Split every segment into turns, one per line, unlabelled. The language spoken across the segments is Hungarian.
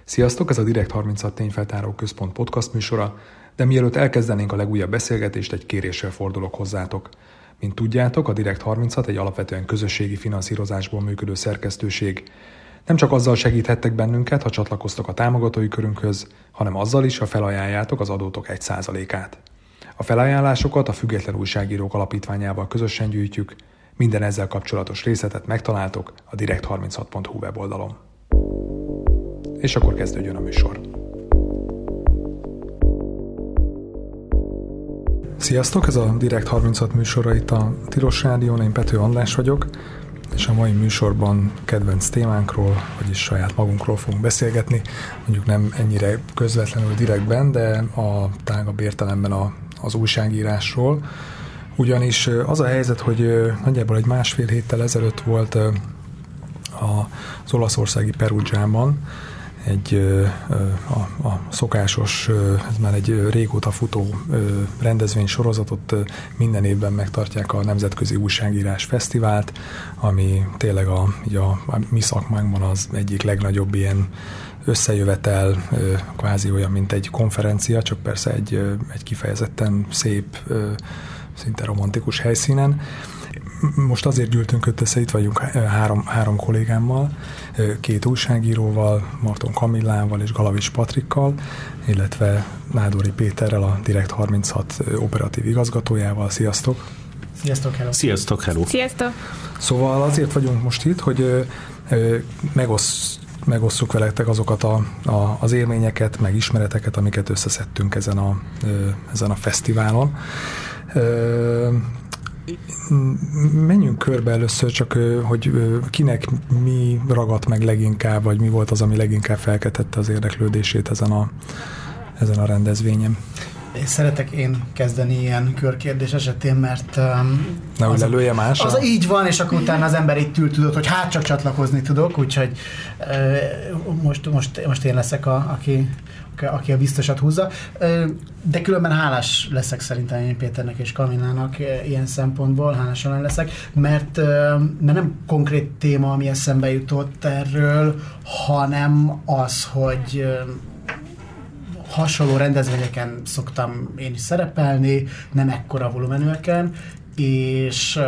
Sziasztok, ez a Direkt 36 Tényfeltáró Központ podcast műsora, de mielőtt elkezdenénk a legújabb beszélgetést, egy kéréssel fordulok hozzátok. Mint tudjátok, a Direkt 36 egy alapvetően közösségi finanszírozásból működő szerkesztőség. Nem csak azzal segíthettek bennünket, ha csatlakoztok a támogatói körünkhöz, hanem azzal is, ha felajánljátok az adótok 1%-át. A felajánlásokat a Független Újságírók Alapítványával közösen gyűjtjük, minden ezzel kapcsolatos részletet megtaláltok a direkt36.hu weboldalon. És akkor kezdődjön a műsor. Sziasztok, ez a Direkt 36 műsora itt a Tilos Rádión, én Pető András vagyok, és a mai műsorban kedvenc témánkról, vagyis saját magunkról fogunk beszélgetni, mondjuk nem ennyire közvetlenül direktben, de a tágabb értelemben az újságírásról. Ugyanis az a helyzet, hogy nagyjából egy másfél héttel ezelőtt volt az olaszországi Perugiában a szokásos, ez már egy régóta futó rendezvénysorozatot, minden évben megtartják a Nemzetközi Újságírás Fesztivált, ami tényleg a mi szakmánkban az egyik legnagyobb ilyen összejövetel, kvázi olyan, mint egy konferencia, csak persze egy kifejezetten szép, szinte romantikus helyszínen. Most azért gyűltünk össze, itt vagyunk három kollégámmal, két újságíróval, Marton Kamillával és Galavics Patrikkal, illetve Nádori Péterrel, a Direkt 36 operatív igazgatójával. Sziasztok!
Sziasztok, hello!
Sziasztok, hello!
Sziasztok!
Szóval azért vagyunk most itt, hogy megosszuk veletek azokat az élményeket, meg ismereteket, amiket összeszedtünk ezen a fesztiválon. Menjünk körbe először, csak hogy kinek mi ragadt meg leginkább, vagy mi volt az, ami leginkább felkeltette az érdeklődését ezen a rendezvényen.
Szeretek én kezdeni ilyen körkérdés esetén, mert
nehogy lelője más.
Az így van, és akkor utána az ember itt ül, tudod, hogy hát csak csatlakozni tudok, úgyhogy most én leszek aki a biztosat húzza. De különben hálás leszek szerintem én Péternek és Kamillának ilyen szempontból, hálásan leszek, mert nem konkrét téma, ami eszembe jutott erről, hanem az, hogy hasonló rendezvényeken szoktam én is szerepelni, nem ekkora volumenűeken, és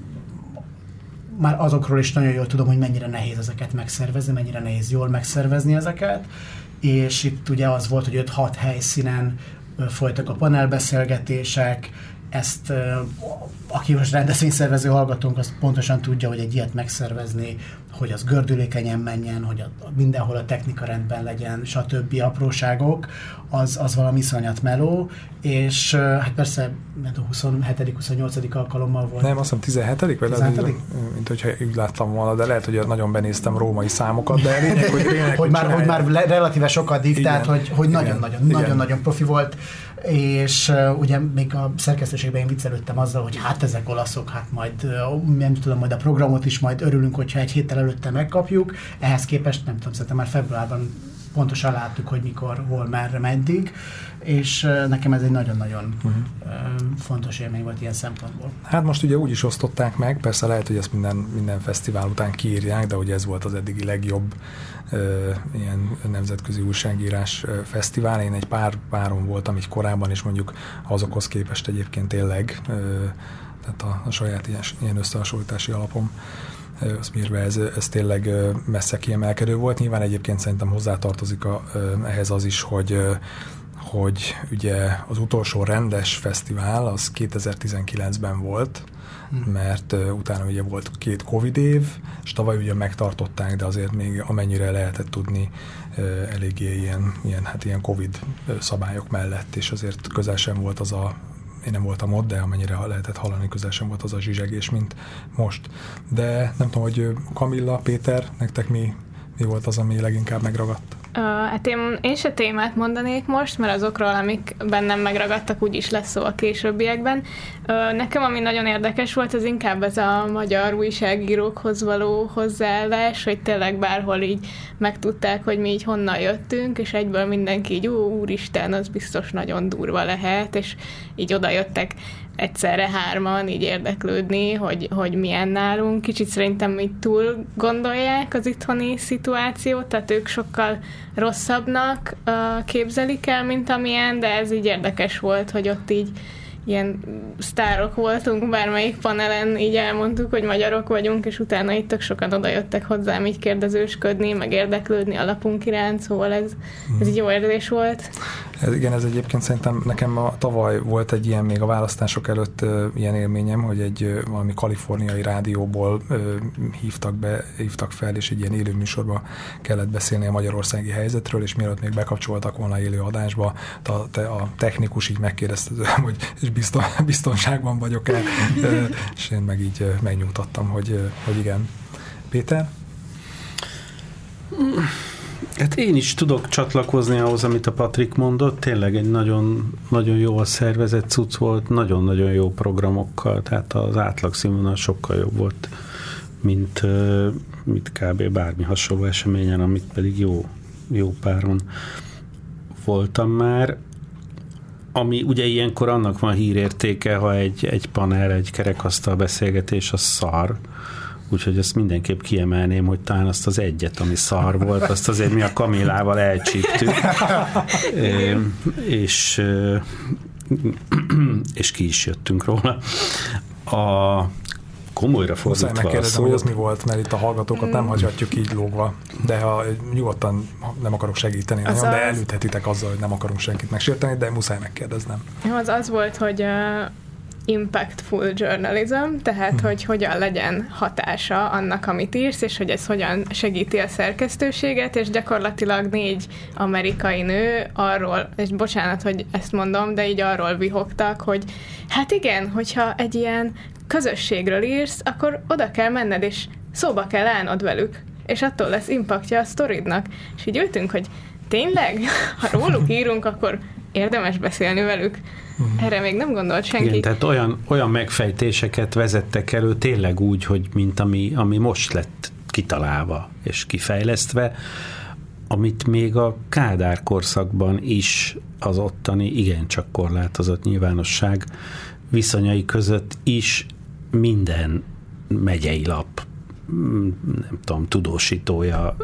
már azokról is nagyon jól tudom, hogy mennyire nehéz ezeket megszervezni, mennyire nehéz jól megszervezni ezeket, és itt ugye az volt, hogy 5-6 helyszínen folytak a panelbeszélgetések, ezt aki most rendezvényszervező hallgatónk, az pontosan tudja, hogy egy ilyet megszervezni, hogy az gördülékenyen menjen, hogy mindenhol a technika rendben legyen, stb. Apróságok, az valami iszonyat meló, és hát persze 27.-28. alkalommal volt.
Nem, azt hiszem 17. vagy
17.
Mint hogyha úgy láttam volna, de lehet, hogy nagyon benéztem római számokat, de lényeg,
hogy már relatíve sokat diktált, hogy nagyon-nagyon profi volt, és ugye még a szerkesztőségben én viccelődtem azzal, hogy hát ezek olaszok, hát majd nem tudom, majd a programot is majd örülünk, hogyha egy héttel előtte megkapjuk. Ehhez képest nem tudom, szerintem már februárban pontosan láttuk, hogy mikor, hol, merre, meddig, és nekem ez egy nagyon-nagyon fontos élmény volt ilyen szempontból.
Hát most ugye úgy is osztották meg, persze lehet, hogy ezt minden fesztivál után kiírják, de ugye ez volt az eddigi legjobb ilyen nemzetközi újságírás fesztivál. Én egy páron voltam így korábban, és mondjuk azokhoz képest egyébként tényleg, tehát a saját ilyen összehasonlítási alapom azt mérve ez tényleg messze kiemelkedő volt. Nyilván egyébként szerintem hozzátartozik ehhez az is, hogy ugye az utolsó rendes fesztivál az 2019-ben volt, mert utána ugye volt 2 Covid év, és tavaly ugye megtartották, de azért még amennyire lehetett tudni eléggé ilyen Covid szabályok mellett, és azért közel sem volt az én nem voltam ott, de amennyire lehetett hallani, közel sem volt az a zsizsegés, mint most. De nem tudom, hogy Kamilla, Péter, nektek mi volt az, ami leginkább megragadt?
Hát én se témát mondanék most, mert azokról, amik bennem megragadtak, úgyis lesz szó a későbbiekben. Nekem, ami nagyon érdekes volt, az inkább ez a magyar újságírókhoz való hozzáállás, hogy tényleg bárhol így megtudták, hogy mi így honnan jöttünk, és egyből mindenki így, úristen, az biztos nagyon durva lehet, és így odajöttek egyszerre hárman így érdeklődni, hogy milyen nálunk. Kicsit szerintem így túl gondolják az itthoni szituációt, tehát ők sokkal rosszabbnak képzelik el, mint amilyen, de ez így érdekes volt, hogy ott így ilyen sztárok voltunk, bármelyik panelen így elmondtuk, hogy magyarok vagyunk, és utána itt tök sokan odajöttek hozzám így kérdezősködni, meg érdeklődni a lapunk iránt, szóval ez így jó érzés volt.
Ez egyébként szerintem nekem tavaly volt egy ilyen, még a választások előtt ilyen élményem, hogy egy valami kaliforniai rádióból hívtak fel, és egy ilyen élő műsorba kellett beszélni a magyarországi helyzetről, és mielőtt még bekapcsoltak volna élő adásba, a technikus így megkérdezte, hogy biztonságban vagyok-e, és én meg így megnyugtattam, hogy igen. Péter?
Hát én is tudok csatlakozni ahhoz, amit a Patrik mondott, tényleg egy nagyon, nagyon jól szervezett cucc volt, nagyon-nagyon jó programokkal, tehát az átlagszínvonal sokkal jobb volt, mint kb. Bármi hasonló eseményen, amit pedig jó páron voltam már. Ami ugye ilyenkor annak van hírértéke, ha egy panel, egy kerekasztal beszélgetés, az szar. Úgyhogy ezt mindenképp kiemelném, hogy talán azt az egyet, ami szar volt, azt azért mi a Kamillával elcsíptük. És ki is jöttünk róla. Komolyra fordítva
Muszáj megkérdezem, hogy az mi volt, mert itt a hallgatókat nem hagyhatjuk így lógva. De ha nyugodtan nem akarok segíteni nagyon, de elüthetitek azzal, hogy nem akarunk senkit megsérteni, de muszáj megkérdeznem.
Az volt, hogy impactful journalism, tehát hogy hogyan legyen hatása annak, amit írsz, és hogy ez hogyan segíti a szerkesztőséget, és gyakorlatilag 4 amerikai nő arról, és bocsánat, hogy ezt mondom, de így arról vihogtak, hogy hát igen, hogyha egy ilyen közösségről írsz, akkor oda kell menned, és szóba kell állnod velük, és attól lesz impaktja a sztoridnak. És így ültünk, hogy tényleg, ha róluk írunk, akkor érdemes beszélni velük. Erre még nem gondolt senki.
Igen, tehát olyan megfejtéseket vezettek elő tényleg úgy, hogy mint ami most lett kitalálva és kifejlesztve, amit még a Kádár korszakban is az ottani igencsak korlátozott nyilvánosság viszonyai között is minden megyei lap, nem tudom, tudósítója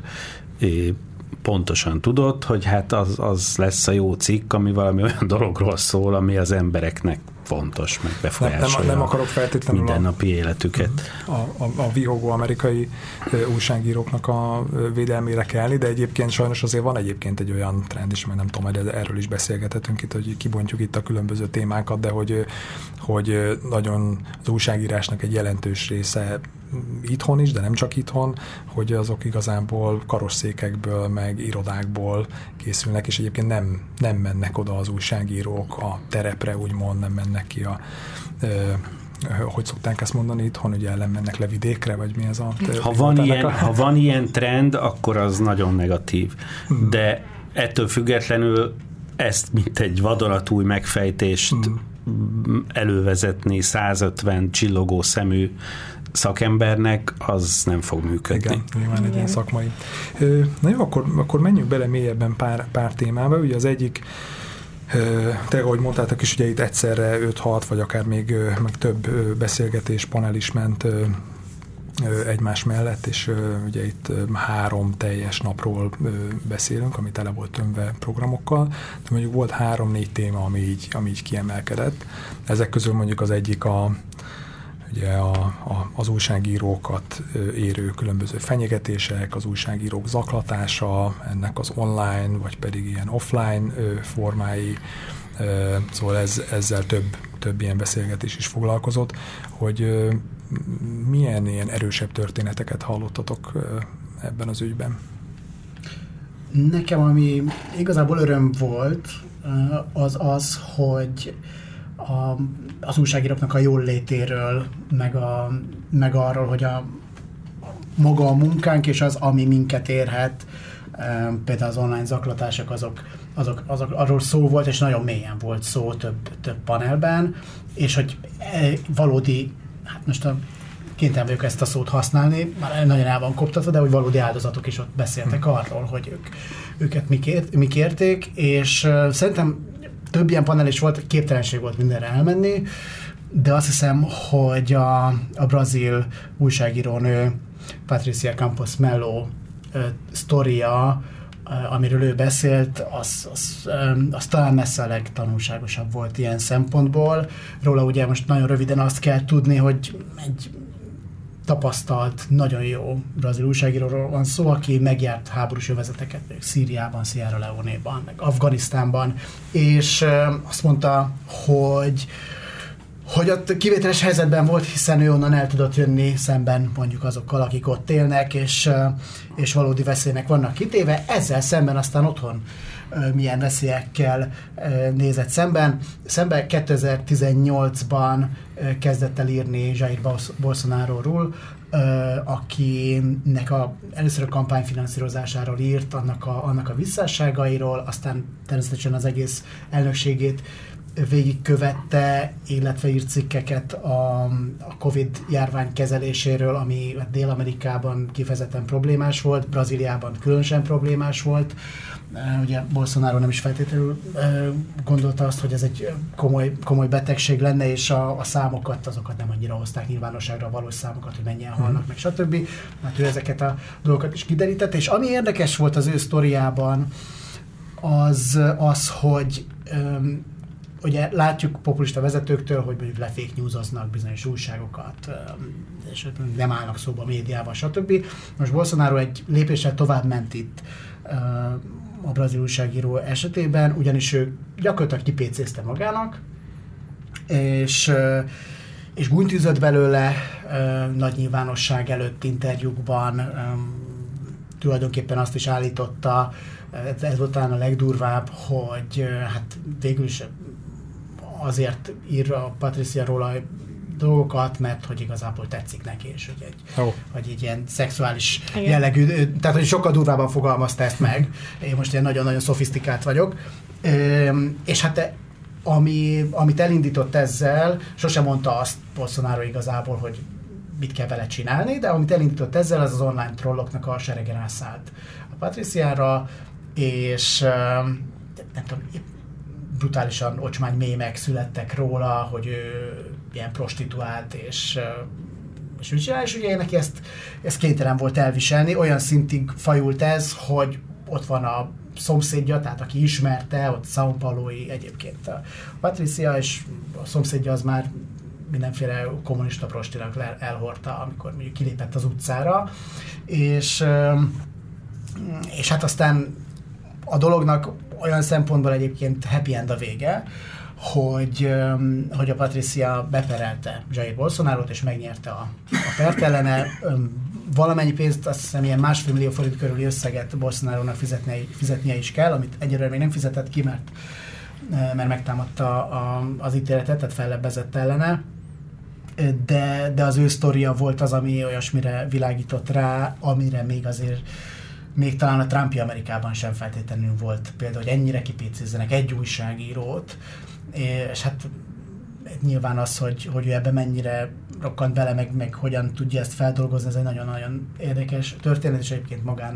pontosan tudott, hogy hát az lesz a jó cikk, ami valami olyan dologról szól, ami az embereknek fontos, meg befolyásolja
nem akarok feltétlenül
mindennapi életüket.
A vihogó amerikai újságíróknak a védelmére kelni, de egyébként sajnos azért van egyébként egy olyan trend is, mert nem tudom, hogy erről is beszélgethetünk itt, hogy kibontjuk itt a különböző témákat, de hogy nagyon az újságírásnak egy jelentős része itthon is, de nem csak itthon, hogy azok igazából karosszékekből, meg irodákból készülnek, és egyébként nem mennek oda az újságírók a terepre, úgymond nem mennek ki hogy szokták ezt mondani itthon, hogy ellen mennek le vidékre, vagy mi ez a...
Ha van ilyen trend, akkor az nagyon negatív. De ettől függetlenül ezt, mint egy vadonatúj megfejtést elővezetni 150 csillogó szemű szakembernek, az nem fog működni.
Igen, nyilván egy ilyen szakmai. Na jó, akkor menjünk bele mélyebben pár témába. Ugye az egyik, te, ahogy mondtátok is, ugye itt egyszerre 5-6, vagy akár még meg több beszélgetés, panel is ment egymás mellett, és ugye itt 3 teljes napról beszélünk, ami tele volt tömve programokkal, de mondjuk volt 3-4 téma, ami így kiemelkedett. Ezek közül mondjuk az egyik ugye az újságírókat érő különböző fenyegetések, az újságírók zaklatása, ennek az online, vagy pedig ilyen offline formái, szóval ezzel több ilyen beszélgetés is foglalkozott, hogy milyen ilyen erősebb történeteket hallottatok ebben az ügyben?
Nekem, ami igazából öröm volt, az, hogy az újságíróknak a jól létéről, meg arról, hogy maga a munkánk és az, ami minket érhet, például az online zaklatások, azok arról szó volt, és nagyon mélyen volt szó több panelben, és hogy valódi, hát most kénytelen vagyok ezt a szót használni, már nagyon el van koptatva, de hogy valódi áldozatok is ott beszéltek arról, hogy őket mik érték, és szerintem több ilyen panel is volt, képtelenség volt mindenre elmenni, de azt hiszem, hogy a brazil újságírónő Patricia Campos Melo sztoria, amiről ő beszélt, az talán messze a legtanulságosabb volt ilyen szempontból. Róla ugye most nagyon röviden azt kell tudni, hogy egy tapasztalt, nagyon jó brazil újságíróról van szó, aki megjárt háborús övezeteket, Szíriában, Sierra Leone-ban, meg Afganisztánban, és azt mondta, hogy ott kivételes helyzetben volt, hiszen ő onnan el tudott jönni szemben mondjuk azokkal, akik ott élnek, és valódi veszélynek vannak kitéve. Ezzel szemben aztán otthon milyen veszélyekkel nézett szemben. 2018-ban kezdett el írni Jair Bolsonaróról, akinek először a kampány finanszírozásáról írt, annak a visszásságairól, aztán természetesen az egész elnökségét végigkövette, illetve írt cikkeket a Covid járvány kezeléséről, ami Dél-Amerikában kifejezetten problémás volt, Brazíliában különösen problémás volt. Ugye Bolsonaro nem is feltétlenül gondolta azt, hogy ez egy komoly betegség lenne, és a számokat, azokat nem annyira hozták nyilvánosságra, a valós számokat, hogy mennyien halnak, meg stb. Hát ő ezeket a dolgokat is kiderített, és ami érdekes volt az ő sztoriában, az hogy ugye látjuk populista vezetőktől, hogy mondjuk lefake newsoznak bizonyos újságokat, és nem állnak szóba a médiával, stb. Most Bolsonaro egy lépéssel tovább ment itt a brazil újságíró esetében, ugyanis ő gyakorlatilag kipécézte magának, és gúnytűzött belőle nagy nyilvánosság előtt interjúkban, tulajdonképpen azt is állította, ez volt talán a legdurvább, hogy hát végül is azért ír a Patricia róla dolgokat, mert hogy igazából tetszik neki, és hogy egy ilyen szexuális jellegű, tehát hogy sokkal durvábban fogalmazta ezt meg. Én most ilyen nagyon-nagyon szofisztikált vagyok. És hát amit elindított ezzel, sosem mondta azt Bolsonaro igazából, hogy mit kell vele csinálni, de amit elindított ezzel, az online trolloknak a serege rászállt a Patriciára, és nem tudom, brutálisan ocsmány mémek születtek róla, hogy ő ilyen prostituált, és mit csinál, és ugye neki ezt kénytelen volt elviselni, olyan szintig fajult ez, hogy ott van a szomszédja, tehát aki ismerte, ott São Paulo-i egyébként a Patricia, és a szomszédja az már mindenféle kommunista prostinak elhordta, amikor mondjuk kilépett az utcára, és hát aztán a dolognak olyan szempontból egyébként happy end a vége, hogy a Patricia beperelte Jair Bolsonarót, és megnyerte a pert ellene. Valamennyi pénzt, azt hiszem ilyen 1,5 millió forint körüli összeget Bolsonarónak fizetnie is kell, amit egyelőre még nem fizetett ki, mert megtámadta az ítéletet, tehát fellebbezett ellene. De az ő sztoria volt az, ami olyasmire világított rá, amire még talán a Trumpi Amerikában sem feltétlenül volt például, hogy ennyire kipécézzenek egy újságírót, és hát nyilván az, hogy ő ebbe mennyire rokkant bele, meg hogyan tudja ezt feldolgozni, ez egy nagyon-nagyon érdekes történet, és egyébként magán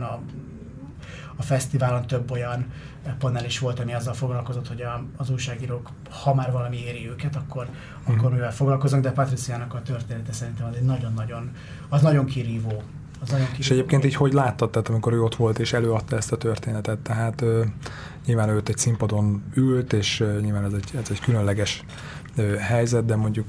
a fesztiválon több olyan panel is volt, ami azzal foglalkozott, hogy az újságírók, ha már valami éri őket, akkor mivel foglalkoznak, de Patriciának a története szerintem az egy nagyon kirívó.
És egyébként így hogy láttad, tehát amikor ő ott volt és előadta ezt a történetet, tehát nyilván őt egy színpadon ült, és nyilván ez egy különleges helyzet, de mondjuk...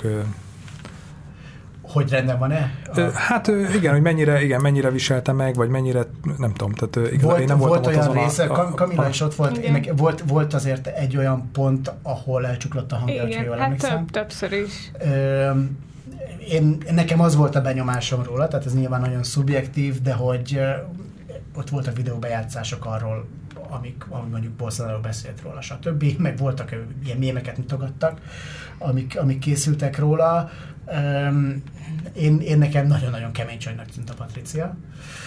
Hogy rendben van-e?
Hát igen, hogy mennyire viselte meg, vagy mennyire, nem tudom, tehát
igazán én nem voltam
volt
olyan része, Kamilla is ott volt, volt azért egy olyan pont, ahol elcsuklott a hangja,
igen,
jól
hát
emlékszem.
többször is.
Nekem az volt a benyomásom róla, tehát ez nyilván nagyon szubjektív, de hogy ott voltak videóbejátszások arról, amik mondjuk Bolsonaro beszélt róla, stb. Meg voltak ilyen mémeket mutogattak, amik készültek róla. Én nekem nagyon-nagyon kemény csajnak tűnt a Patricia.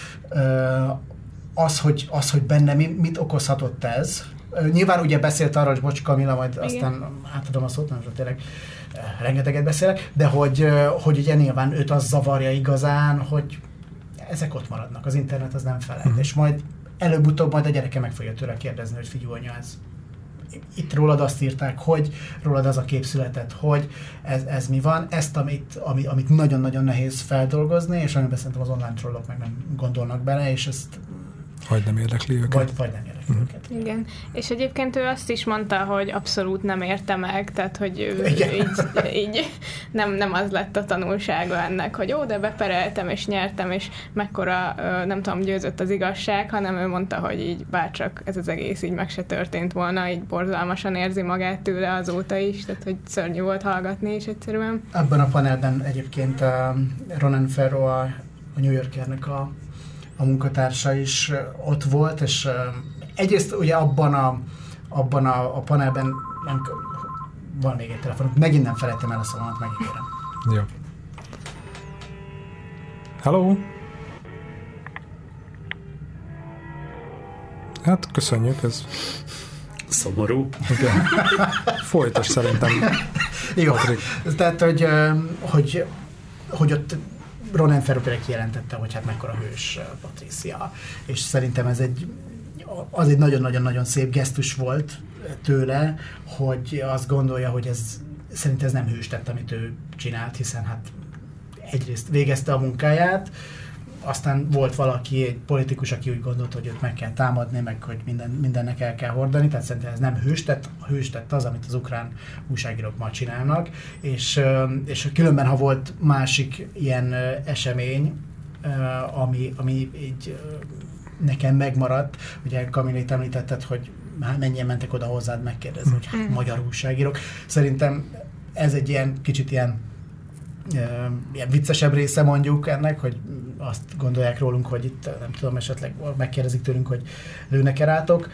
Az, hogy benne mit okozhatott ez. Nyilván ugye beszélt arról, hogy bocs Kamilla, majd igen. Aztán átadom a szót, nem tényleg rengeteget beszélek, de hogy ugye nyilván őt az zavarja igazán, hogy ezek ott maradnak, az internet az nem felelt, és majd előbb-utóbb majd a gyereke meg fogja tőle kérdezni, hogy figyelj anya, itt rólad azt írták, hogy rólad az a kép született, hogy ez mi van. Ezt, amit nagyon-nagyon nehéz feldolgozni, és amiben szerintem az online trollok meg nem gondolnak bele, és ezt
vagy nem érdekli őket.
Vagy nem érdekli őket.
Igen. És egyébként ő azt is mondta, hogy abszolút nem érte meg, tehát hogy ő így nem az lett a tanulsága ennek, hogy de bepereltem és nyertem, és mekkora, nem tudom, győzött az igazság, hanem ő mondta, hogy így bárcsak ez az egész így meg se történt volna, így borzalmasan érzi magát tőle azóta is, tehát hogy szörnyű volt hallgatni is egyszerűen.
Ebben a panelben egyébként Ronan Farrow, a New Yorkernek a munkatársa is ott volt, és egyrészt ugye abban a panelben van még egy telefonunk, megint nem felejtem el a szavamat, megígérem.
Jó. Hello? Hát köszönjük, ez
szomorú.
Igen. Folytos szerintem.
Jó, tehát, hogy ott Ronan Farrow például kijelentette, hogy hát mekkora hős Patricia, és szerintem ez egy nagyon-nagyon-nagyon szép gesztus volt tőle, hogy azt gondolja, hogy szerintem ez nem hős tett, amit ő csinált, hiszen hát egyrészt végezte a munkáját, aztán volt valaki, egy politikus, aki úgy gondolt, hogy őt meg kell támadni, meg hogy mindennek el kell hordani, tehát szerintem ez nem hős tett az, amit az ukrán újságírók ma csinálnak, és különben, ha volt másik ilyen esemény, ami így nekem megmaradt, ugye Kamilét említetted, hogy mennyien mentek oda hozzád megkérdezni, hogy hát magyar újságírók. Szerintem ez egy kicsit ilyen viccesebb része mondjuk ennek, hogy azt gondolják rólunk, hogy itt nem tudom, esetleg megkérdezik tőlünk, hogy lőnek-e rátok,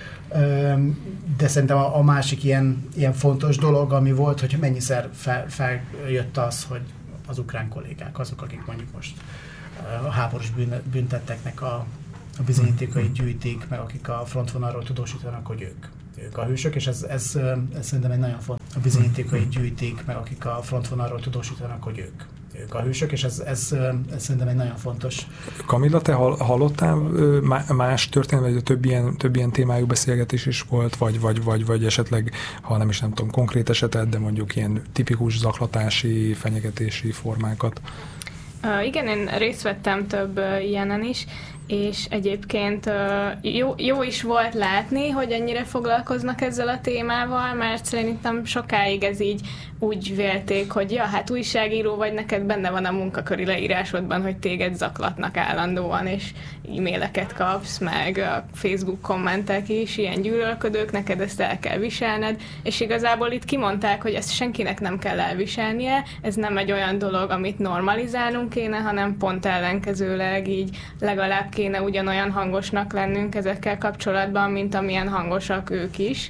de szerintem a másik ilyen fontos dolog, ami volt, hogy mennyiszer feljött az, hogy az ukrán kollégák, azok, akik mondjuk most a háborús bűntetteknek a bizonyítékait gyűjtik, meg akik a frontvonalról tudósítanak, hogy ők a hősök, és ez szerintem egy nagyon fontos. A bizonyítékait gyűjtik, meg akik a frontvonalról tudósítanak, hogy ők a hősök, és ez szerintem egy nagyon fontos.
Kamilla, te hallottál más történet, vagy több ilyen témájú beszélgetés is volt, vagy esetleg, ha nem is nem tudom, konkrét esetet, de mondjuk ilyen tipikus zaklatási, fenyegetési formákat?
Igen, én részt vettem több ilyenen is, és egyébként jó is volt látni, hogy ennyire foglalkoznak ezzel a témával, mert szerintem sokáig ez így úgy vélték, hogy hát újságíró vagy, neked benne van a munkaköri leírásodban, hogy téged zaklatnak állandóan, és e-maileket kapsz, meg a Facebook kommentek is, ilyen gyűlölködők, neked ezt el kell viselned, és igazából itt kimondták, hogy ezt senkinek nem kell elviselnie, ez nem egy olyan dolog, amit normalizálnunk kéne, hanem pont ellenkezőleg így legalább kéne ugyanolyan hangosnak lennünk ezekkel kapcsolatban, mint amilyen hangosak ők is.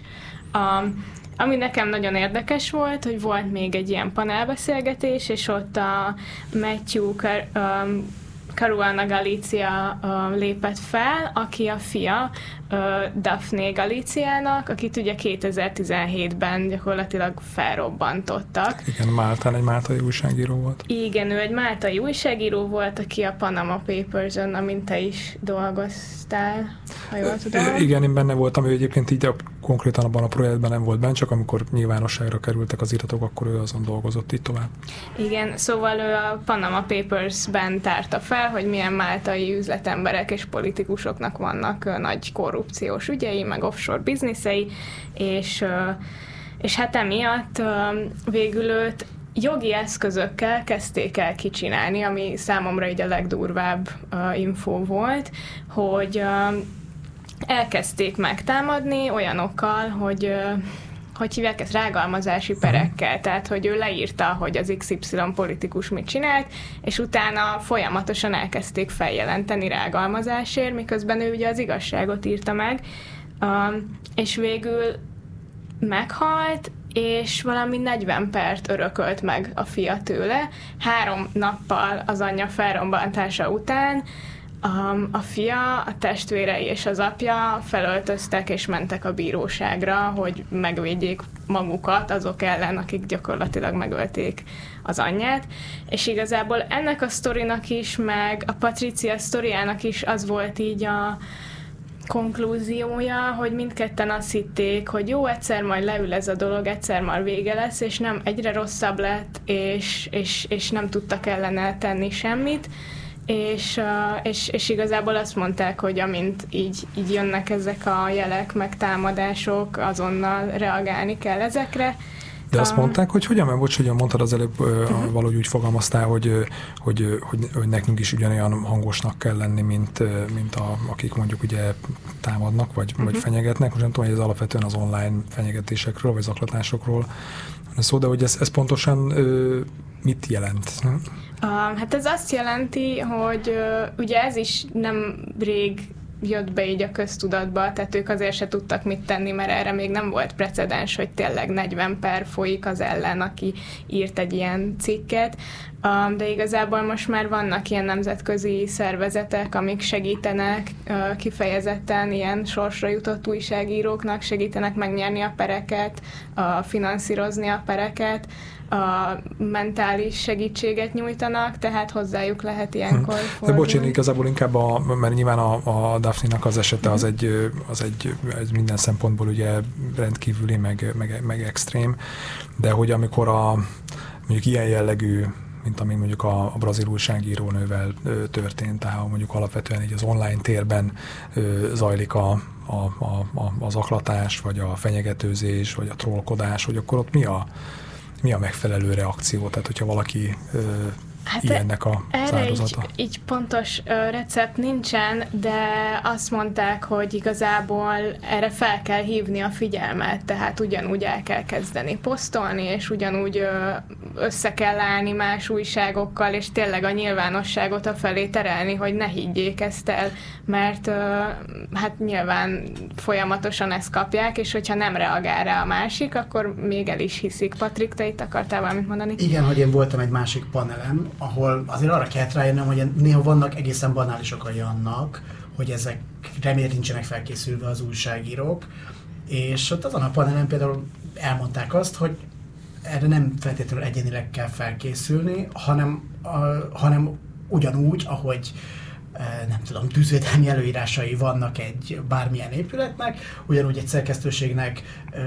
Ami nekem nagyon érdekes volt, hogy volt még egy ilyen panelbeszélgetés, és ott a Matthew Caruana Galizia lépett fel, aki a fia Daphne Galiziának, akit ugye 2017-ben gyakorlatilag felrobbantottak.
Igen, Máltán egy máltai újságíró volt.
Igen, ő egy máltai újságíró volt, aki a Panama Papers-on, amint te is dolgoztál, ha jól tudom.
Igen, én benne voltam, ő egyébként így konkrétan abban a projektben nem volt benne, csak amikor nyilvánosságra kerültek az iratok, akkor ő azon dolgozott így tovább.
Igen, szóval ő a Panama Papers-ben tárta fel, hogy milyen máltai üzletemberek és politikusoknak vannak nagy korrupciós ügyei, meg offshore bizniszei, és hát emiatt végül őt jogi eszközökkel kezdték el kicsinálni, ami számomra így a legdurvább info volt, hogy elkezdték megtámadni olyanokkal, hogy hívják ezt, rágalmazási perekkel, tehát hogy ő leírta, hogy az XY politikus mit csinált, és utána folyamatosan elkezdték feljelenteni rágalmazásért, miközben ő ugye az igazságot írta meg, és végül meghalt, és valami 40 pert örökölt meg a fia tőle. 3 nappal az anyja felrobbantása után a fia, a testvérei és az apja felöltöztek és mentek a bíróságra, hogy megvédjék magukat azok ellen, akik gyakorlatilag megölték az anyját. És igazából ennek a sztorinak is, meg a Patricia sztoriának is az volt így konklúziója, hogy mindketten azt hitték, hogy jó, egyszer majd leül ez a dolog, egyszer már vége lesz, és nem, egyre rosszabb lett, és nem tudtak ellene tenni semmit, és igazából azt mondták, hogy amint így jönnek ezek a jelek, meg támadások, azonnal reagálni kell ezekre.
De azt mondták, hogy hogyan, mert bocs, hogyan mondtad az előbb, valahogy úgy fogalmaztál, hogy nekünk is ugyanolyan hangosnak kell lenni, mint akik mondjuk ugye támadnak, vagy fenyegetnek. Most nem tudom, hogy ez alapvetően az online fenyegetésekről, vagy zaklatásokról szó, de hogy ez pontosan mit jelent?
Hát ez azt jelenti, hogy ugye ez is nem rég jött be így a köztudatba, tehát ők azért se tudtak mit tenni, mert erre még nem volt precedens, hogy tényleg 40 per folyik az ellen, aki írt egy ilyen cikket, de igazából most már vannak ilyen nemzetközi szervezetek, amik segítenek kifejezetten ilyen sorsra jutott újságíróknak, segítenek megnyerni a pereket, finanszírozni a pereket, a mentális segítséget nyújtanak, tehát hozzájuk lehet ilyenkor fordulni.
De bocs, én igazából inkább, mert nyilván a Daphne-nak az esete az egy minden szempontból ugye rendkívüli, meg extrém, de hogy amikor mondjuk ilyen jellegű, mint ami mondjuk a brazil újságírónővel történt, tehát mondjuk alapvetően így az online térben zajlik az zaklatás, vagy a fenyegetőzés, vagy a trollkodás, hogy akkor ott mi a megfelelő reakció? Tehát, hogyha valaki ilyennek az áldozata?
Erre így pontos recept nincsen, de azt mondták, hogy igazából erre fel kell hívni a figyelmet, tehát ugyanúgy el kell kezdeni posztolni, és ugyanúgy össze kell állni más újságokkal, és tényleg a nyilvánosságot afelé terelni, hogy ne higgyék ezt el, mert hát nyilván folyamatosan ezt kapják, és hogyha nem reagál rá a másik, akkor még el is hiszik. Patrik, te itt akartál valamit mondani?
Igen, hogy én voltam egy másik panelen, ahol azért arra kellett rájönnöm, hogy néha vannak egészen banális okai annak, hogy ezek remélem nincsenek felkészülve az újságírók, és ott azon a panelen például elmondták azt, hogy erre nem feltétlenül egyénileg kell felkészülni, hanem ugyanúgy, ahogy nem tudom, tűzvédelmi előírásai vannak egy bármilyen épületnek, ugyanúgy egy szerkesztőségnek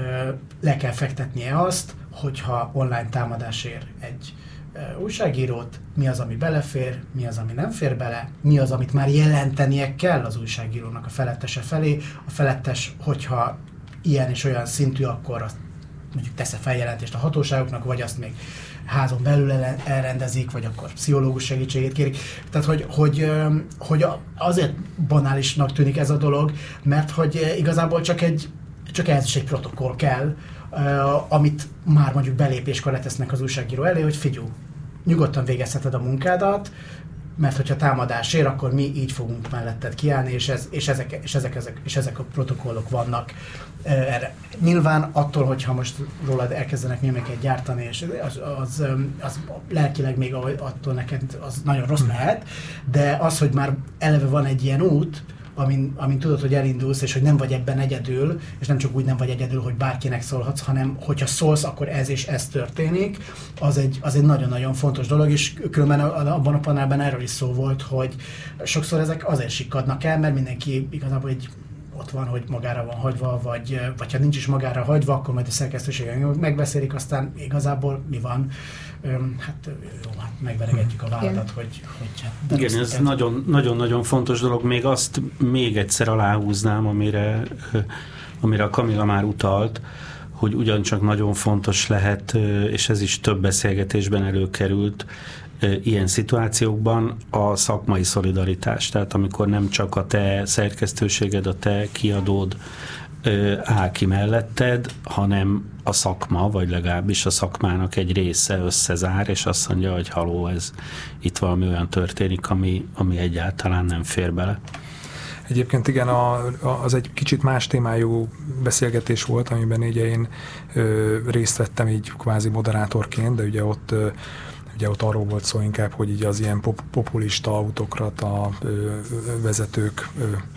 le kell fektetnie azt, hogyha online támadás ér egy újságírót, mi az, ami belefér, mi az, ami nem fér bele, mi az, amit már jelentenie kell az újságírónak a felettese felé. A felettes, hogyha ilyen és olyan szintű, akkor azt mondjuk tesz-e feljelentést a hatóságoknak, vagy azt még házon belül elrendezik, vagy akkor pszichológus segítségét kérik. Tehát, hogy azért banálisnak tűnik ez a dolog, mert hogy igazából csak ehhez is egy protokoll kell, amit már mondjuk belépéskor letesznek az újságíró elé, hogy figyelj, nyugodtan végezheted a munkádat, mert hogyha támadás ér, akkor mi így fogunk melletted kiállni, és ezek a protokollok vannak erre. Nyilván attól, hogyha most rólad elkezdenek mémeket gyártani, és az lelkileg még attól neked az nagyon rossz lehet, de az, hogy már eleve van egy ilyen út, amin tudod, hogy elindulsz, és hogy nem vagy ebben egyedül, és nem csak úgy nem vagy egyedül, hogy bárkinek szólhatsz, hanem hogyha szólsz, akkor ez és ez történik, az egy nagyon-nagyon fontos dolog, és különben abban a panelben erről is szó volt, hogy sokszor ezek azért sikkadnak el, mert mindenki igazából ott van, hogy magára van hagyva, vagy ha nincs is magára hagyva, akkor majd a szerkesztőségen megbeszélik, aztán igazából mi van, hát megveregetjük a vállalat, hogy hát,
igen, ez nagyon-nagyon fontos dolog. Még azt még egyszer aláhúznám, amire a Kamilla már utalt, hogy ugyancsak nagyon fontos lehet, és ez is több beszélgetésben előkerült, ilyen szituációkban a szakmai szolidaritás. Tehát amikor nem csak a te szerkesztőséged, a te kiadód áll ki melletted, hanem a szakma, vagy legalábbis a szakmának egy része összezár, és azt mondja, hogy haló, itt valami olyan történik, ami egyáltalán nem fér bele.
Egyébként igen, az egy kicsit más témájú beszélgetés volt, amiben ugye én részt vettem így kvázi moderátorként, de ugye ott arról volt szó inkább, hogy így az ilyen populista, autokrata vezetők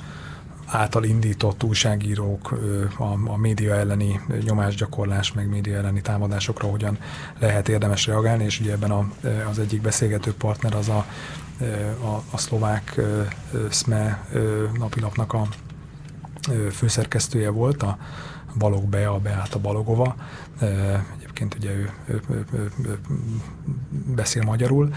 által indított újságírók a média elleni nyomásgyakorlás, meg média elleni támadásokra hogyan lehet érdemes reagálni, és ugye ebben az egyik beszélgető partner az a szlovák SME napilapnak főszerkesztője volt, a Balog Beáta Balogova. Egyébként ugye ő beszél magyarul,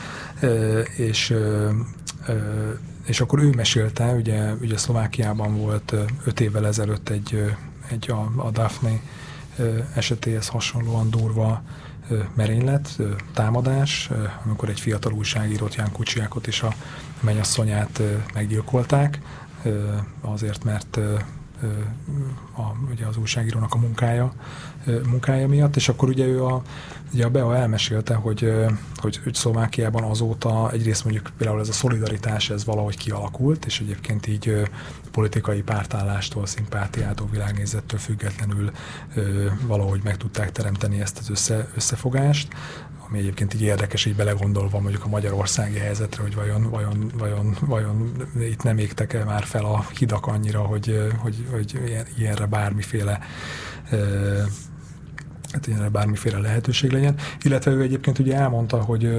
és akkor ő mesélte, ugye Szlovákiában volt 5 évvel ezelőtt a Daphne esetéhez hasonlóan durva merénylet, támadás, amikor egy fiatal újságírót, Ján Kuciákot és a mennyasszonyát meggyilkolták, azért, mert ugye az újságírónak a munkája miatt, és akkor ugye ugye a Bea elmesélte, hogy Szlovákiában azóta egyrészt mondjuk például ez a szolidaritás, ez valahogy kialakult, és egyébként így politikai pártállástól, szimpátiától, világnézettől függetlenül valahogy meg tudták teremteni ezt az összefogást, ami egyébként így érdekes, így belegondolva mondjuk a magyarországi helyzetre, hogy vajon itt nem égtek-e már fel a hidak annyira, hogy ilyenre bármiféle lehetőség legyen. Illetve ő egyébként ugye elmondta,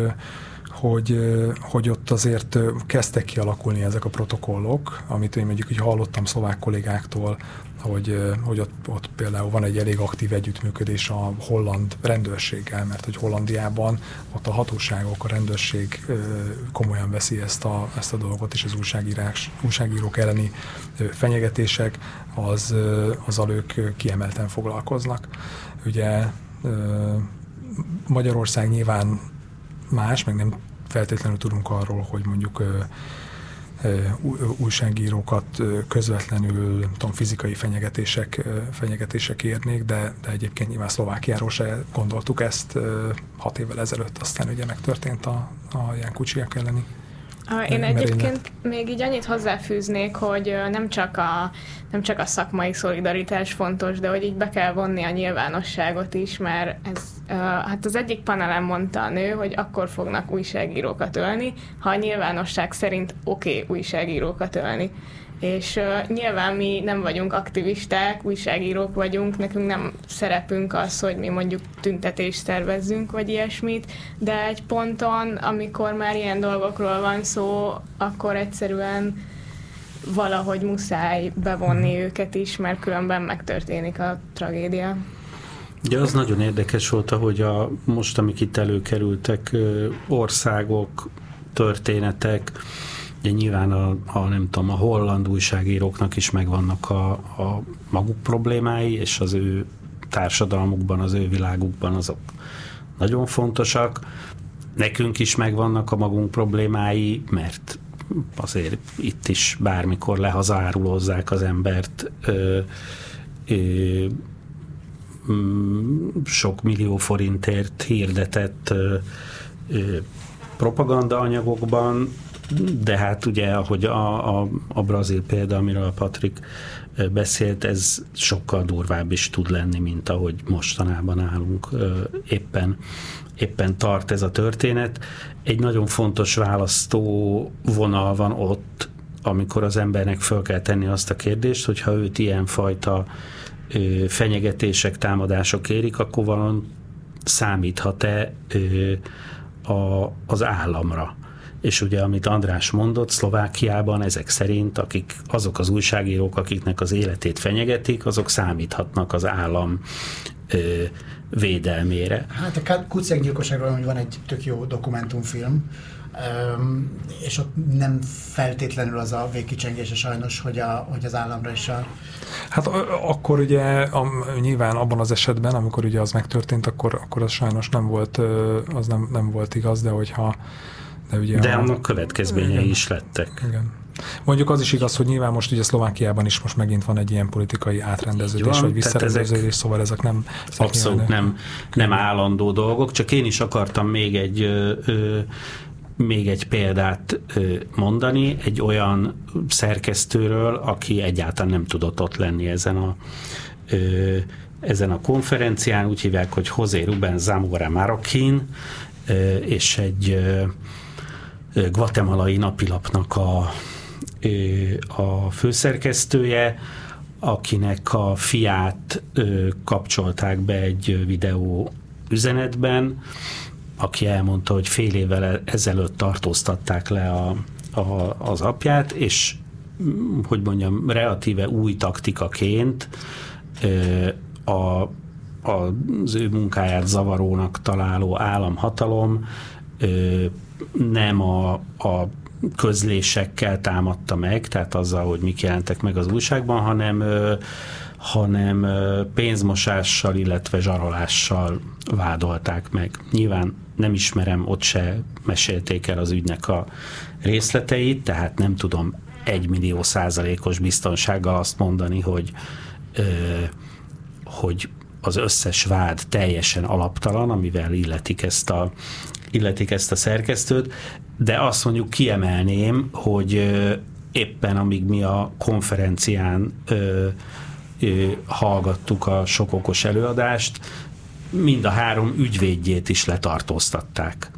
hogy ott azért kezdtek kialakulni ezek a protokollok, amit én mondjuk így hallottam szlovák kollégáktól, hogy ott például van egy elég aktív együttműködés a holland rendőrséggel, mert hogy Hollandiában ott a hatóságok, a rendőrség komolyan veszi ezt a dolgot, és az újságírók elleni fenyegetések, azzal ők kiemelten foglalkoznak. Ugye Magyarország nyilván más, meg nem feltétlenül tudunk arról, hogy mondjuk újságírókat közvetlenül fizikai fenyegetések érnék, de egyébként nyilván Szlovákiáról se gondoltuk ezt 6 évvel ezelőtt, aztán ugye megtörtént a Ján Kuciák elleni.
Én egyébként még így annyit hozzáfűznék, hogy nem csak a szakmai szolidaritás fontos, de hogy így be kell vonni a nyilvánosságot is, mert hát az egyik panelen mondta a nő, hogy akkor fognak újságírókat ölni, ha a nyilvánosság szerint újságírókat ölni. És nyilván mi nem vagyunk aktivisták, újságírók vagyunk, nekünk nem szerepünk az, hogy mi mondjuk tüntetést szervezzünk, vagy ilyesmit, de egy ponton, amikor már ilyen dolgokról van szó, akkor egyszerűen valahogy muszáj bevonni őket is, mert különben megtörténik a tragédia.
Ugye az nagyon érdekes volt, hogy most, amik itt előkerültek, országok, történetek, ugye nyilván a holland újságíróknak is megvannak a maguk problémái, és az ő társadalmukban, az ő világukban azok nagyon fontosak. Nekünk is megvannak a magunk problémái, mert azért itt is bármikor lehazárulozzák az embert sok millió forintért hirdetett propagandaanyagokban, de hát ugye, ahogy a brazil példa, amiről a Patrik beszélt, ez sokkal durvább is tud lenni, mint ahogy mostanában állunk. Éppen tart ez a történet. Egy nagyon fontos választó vonal van ott, amikor az embernek föl kell tenni azt a kérdést, hogyha őt ilyenfajta fenyegetések, támadások érik, akkor valami számíthat-e az államra. És ugye, amit András mondott, Szlovákiában ezek szerint azok az újságírók, akiknek az életét fenyegetik, azok számíthatnak az állam védelmére. Hát
a Kuciák gyilkosságról van egy tök jó dokumentumfilm, és ott nem feltétlenül az a végkicsengése sajnos, hogy az államra is
Hát akkor ugye nyilván abban az esetben, amikor ugye az megtörtént, akkor az sajnos nem volt igaz, de hogyha
de annak következményei is lettek.
Igen. Mondjuk az is igaz, hogy nyilván most ugye Szlovákiában is most megint van egy ilyen politikai átrendeződés, vagy visszarendeződés, szóval ezek nem...
Abszolút nem állandó dolgok, csak én is akartam még egy példát mondani, egy olyan szerkesztőről, aki egyáltalán nem tudott ott lenni ezen a konferencián, úgy hívják, hogy José Rubén Zamora Marroquín, és egy guatemalai napilapnak a főszerkesztője, akinek a fiát kapcsolták be egy videó üzenetben, aki elmondta, hogy fél évvel ezelőtt tartóztatták le az apját, és hogy mondjam, relatíve új taktikaként az ő munkáját zavarónak találó államhatalom nem a közlésekkel támadta meg, tehát azzal, hogy mik jelentek meg az újságban, hanem pénzmosással, illetve zsarolással vádolták meg. Nyilván nem ismerem, ott se mesélték el az ügynek a részleteit, tehát nem tudom 100%-os biztonsággal azt mondani, hogy az összes vád teljesen alaptalan, amivel illetik ezt a szerkesztőt, de azt mondjuk kiemelném, hogy éppen amíg mi a konferencián hallgattuk a sok okos előadást, mind a 3 ügyvédjét is letartóztatták.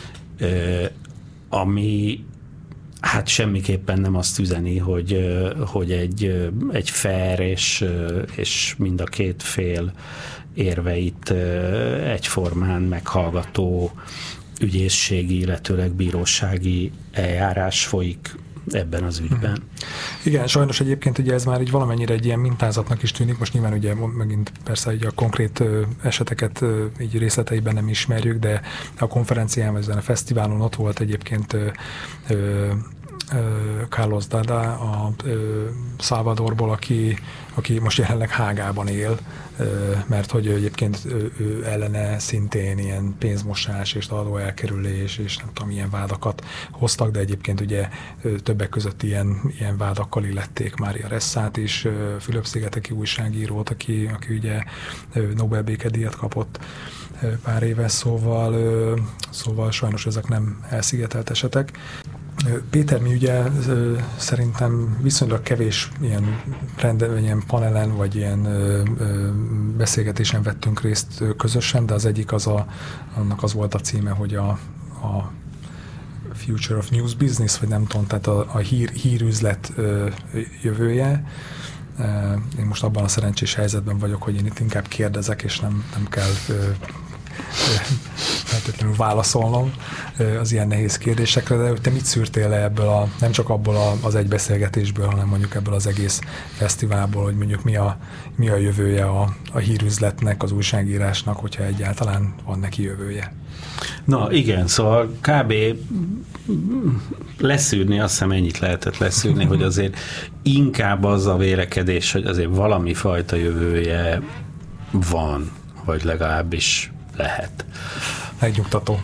Ami hát semmiképpen nem azt üzeni, hogy egy fair és mind a 2 fél érveit egyformán meghallgató ügyészségi, illetőleg bírósági eljárás folyik ebben az ügyben.
Igen, sajnos egyébként ugye ez már így valamennyire egy ilyen mintázatnak is tűnik, most nyilván ugye megint persze így a konkrét eseteket így részleteiben nem ismerjük, de a konferencián vagy ezen a fesztiválon ott volt egyébként Carlos Dada a Salvadorból, aki most jelenleg Hágában él, mert hogy egyébként ő ellene szintén ilyen pénzmosás és adóelkerülés és nem tudom, ilyen vádakat hoztak, de egyébként ugye többek között ilyen vádakkal illették Mária Ressát is, Fülöp-szigeteki újságírót, aki ugye Nobel békedíjat kapott pár éve, szóval sajnos ezek nem elszigetelt esetek. Péter, mi ugye szerintem viszonylag kevés ilyen panelen vagy ilyen beszélgetésen vettünk részt közösen, de az egyik annak az volt a címe, hogy a Future of News Business, vagy nem tudom, tehát a hírüzlet jövője. Én most abban a szerencsés helyzetben vagyok, hogy én itt inkább kérdezek, és nem kell feltétlenül válaszolnom az ilyen nehéz kérdésekre, de te mit szűrtél le ebből nem csak abból az egy beszélgetésből, hanem mondjuk ebből az egész fesztiválból, hogy mondjuk mi a jövője a hírüzletnek, az újságírásnak, hogyha egyáltalán van neki jövője?
Na igen, szóval kb. Leszűrni, azt hiszem ennyit lehetett leszűrni, hogy azért inkább az a vélekedés, hogy azért valami fajta jövője van, vagy legalábbis lehet.
Megnyugtató.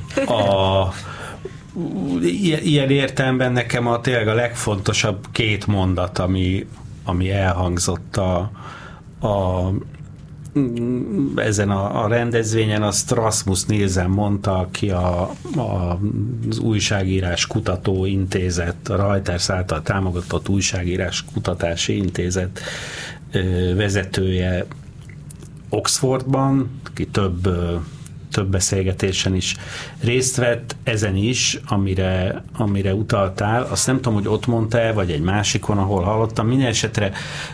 Ilyen értelemben nekem tényleg a legfontosabb 2 mondat, ami elhangzott ezen a rendezvényen, azt Rasmus Nielsen mondta, aki az Újságírás Kutató Intézet, a Reuters által támogatott Újságírás Kutatási Intézet vezetője Oxfordban, aki több beszélgetésen is részt vett, ezen is, amire utaltál. Azt nem tudom, hogy ott mondta-e, vagy egy másikon, ahol hallottam. Minden esetre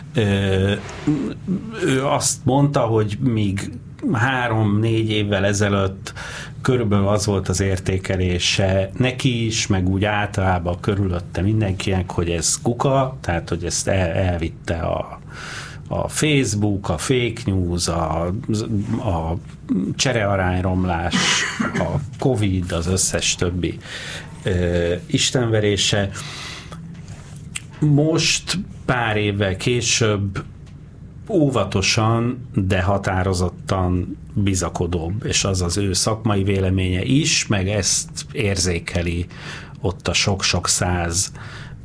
ő azt mondta, hogy míg 3-4 évvel ezelőtt körülbelül az volt az értékelése neki is, meg úgy általában körülötte mindenkinek, hogy ez kuka, tehát hogy ezt elvitte a Facebook, a fake news, a cserearányromlás, a Covid, az összes többi istenverése. Most pár évvel később óvatosan, de határozottan bizakodóbb, és az az ő szakmai véleménye is, meg ezt érzékeli ott a sok-sok száz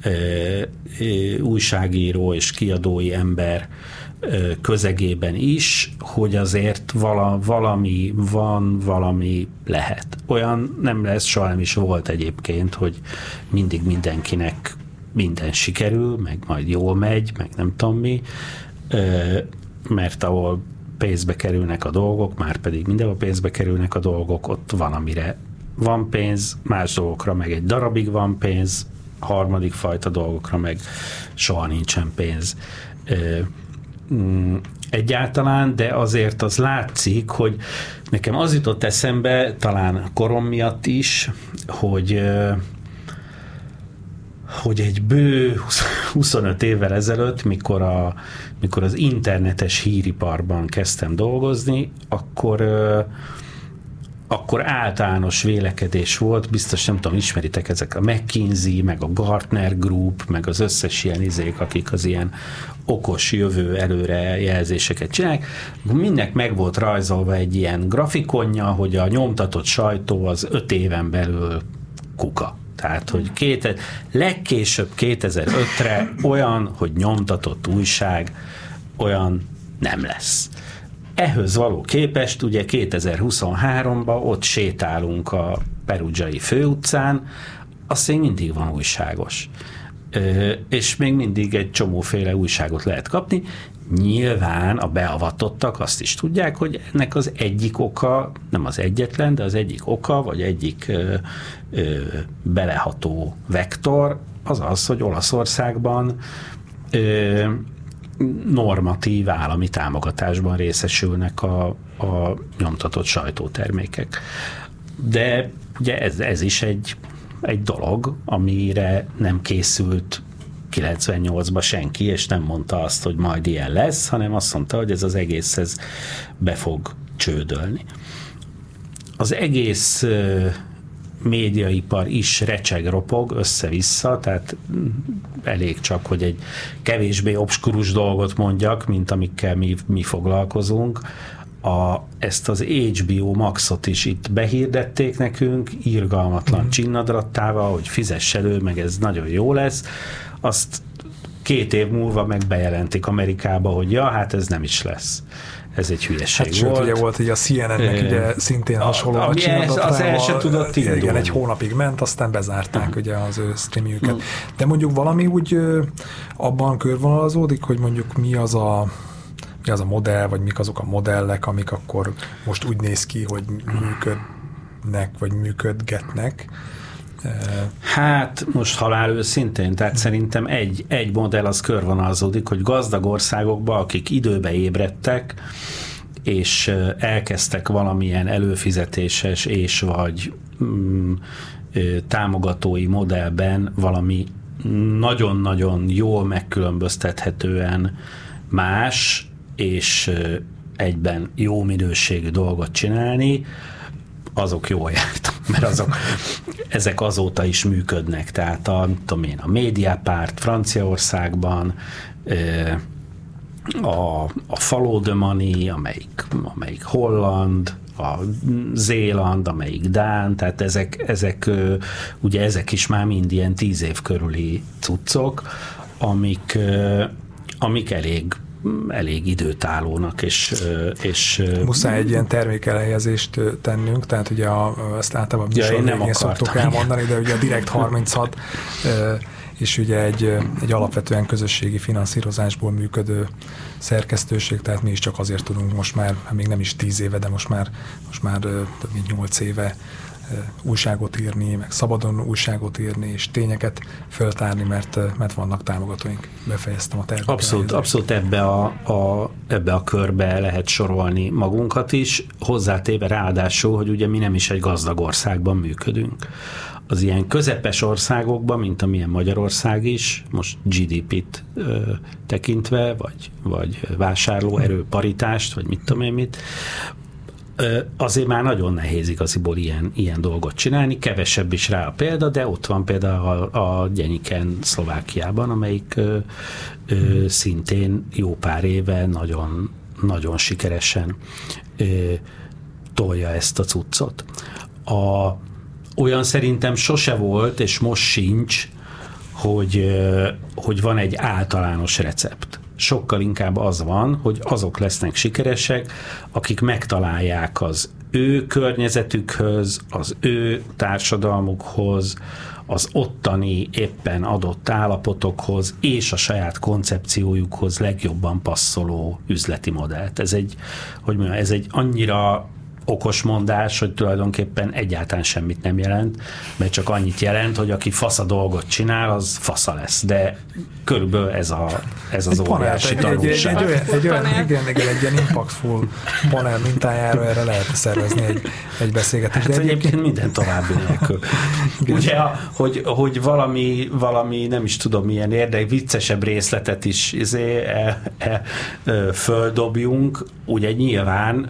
újságíró és kiadói ember közegében is, hogy azért valami van, valami lehet. Olyan nem lesz, soha nem is volt egyébként, hogy mindig mindenkinek minden sikerül, meg majd jól megy, meg nem tudom mi, mert ahol pénzbe kerülnek a dolgok, már pedig mindenhol pénzbe kerülnek a dolgok, ott van, amire van pénz, más dolgokra meg egy darabig van pénz, harmadik fajta dolgokra meg soha nincsen pénz egyáltalán, de azért az látszik, hogy nekem az jutott eszembe, talán korom miatt is, hogy egy bő 25 évvel ezelőtt, mikor az internetes híriparban kezdtem dolgozni, akkor általános vélekedés volt, biztos nem tudom, ismeritek ezek a McKinsey, meg a Gartner Group, meg az összes ilyen izék, akik az ilyen okos jövő előre jelzéseket csinálják. Mindnek meg volt rajzolva egy ilyen grafikonja, hogy a nyomtatott sajtó az 5 éven belül kuka. Tehát, hogy legkésőbb 2005-re olyan, hogy nyomtatott újság olyan nem lesz. Ehhez való képest, ugye 2023-ban ott sétálunk a Perugiai főutcán, azt még mindig van újságos. És még mindig egy csomóféle újságot lehet kapni. Nyilván a beavatottak azt is tudják, hogy ennek az egyik oka, nem az egyetlen, de az egyik oka, vagy egyik beleható vektor az az, hogy Olaszországban normatív állami támogatásban részesülnek a nyomtatott sajtótermékek. De ugye ez is egy dolog, amire nem készült 98-ban senki, és nem mondta azt, hogy majd ilyen lesz, hanem azt mondta, hogy ez az egész be fog csődölni. Az egész médiaipar is recseg-ropog össze-vissza, tehát elég csak, hogy egy kevésbé obskurus dolgot mondjak, mint amikkel mi foglalkozunk. Ezt az HBO Maxot is itt behirdették nekünk, irgalmatlan csinnadrattával, hogy fizess elő, meg ez nagyon jó lesz. Azt 2 év múlva meg bejelentik Amerikába, hogy ja, hát ez nem is lesz. Ez egy hülyeség volt.
Sőt, ugye volt így a CNN-nek ugye szintén hasonló a csinadatrával.
Az el se tudott indulni.
Igen, egy hónapig ment, aztán bezárták ugye az ő streamjüket. De mondjuk valami úgy abban körvonalazódik, hogy mondjuk mi az a modell, vagy mik azok a modellek, amik akkor most úgy néz ki, hogy működnek, vagy működgetnek.
Hát most halál őszintén, tehát szerintem egy modell az körvonalazódik, hogy gazdag országokban, akik időbe ébredtek, és elkezdtek valamilyen előfizetéses és vagy támogatói modellben valami nagyon-nagyon jól megkülönböztethetően más és egyben jó minőségű dolgot csinálni, azok jól jártak, mert ezek azóta is működnek. Tehát a Mediapart Franciaországban, a Follow the Money, amelyik holland, a Zéland, amelyik dán, tehát ezek is már mind ilyen 10 év körüli cuccok, amik elég időtállónak, és
muszáj egy ilyen termékelhelyezést tennünk, tehát ugye ezt általában műsorvégén szoktuk elmondani, de ugye a Direkt 36 és ugye egy alapvetően közösségi finanszírozásból működő szerkesztőség, tehát mi is csak azért tudunk most már, még nem is 10 éve, de most már több mint 8 éve újságot írni, meg szabadon újságot írni, és tényeket föltárni, mert vannak támogatóink. Befejeztem a terméket.
Abszolút ebbe a körbe lehet sorolni magunkat is, hozzátéve ráadásul, hogy ugye mi nem is egy gazdag országban működünk. Az ilyen közepes országokban, mint amilyen Magyarország is, most GDP-t tekintve, vagy vásárlóerő paritást, vagy mit tudom én mit, azért már nagyon nehéz igaziból ilyen dolgot csinálni, kevesebb is rá a példa, de ott van például a Gyeniken Szlovákiában, amelyik szintén jó pár éve nagyon, nagyon sikeresen tolja ezt a cuccot. Olyan szerintem sose volt, és most sincs, hogy van egy általános recept. Sokkal inkább az van, hogy azok lesznek sikeresek, akik megtalálják az ő környezetükhöz, az ő társadalmukhoz, az ottani éppen adott állapotokhoz és a saját koncepciójukhoz legjobban passzoló üzleti modellt. Ez egy annyira okos mondás, hogy tulajdonképpen egyáltalán semmit nem jelent, mert csak annyit jelent, hogy aki fasz a dolgot csinál, az fasza lesz. De körülbelül ez az óriási tanulság.
Egy ilyen impactful panel mintájára erre lehet szervezni egy beszélgetést.
Hát egyébként minden további nélkül. Ugye, hogy valami nem is tudom milyen viccesebb részletet is földobjunk, ugye nyilván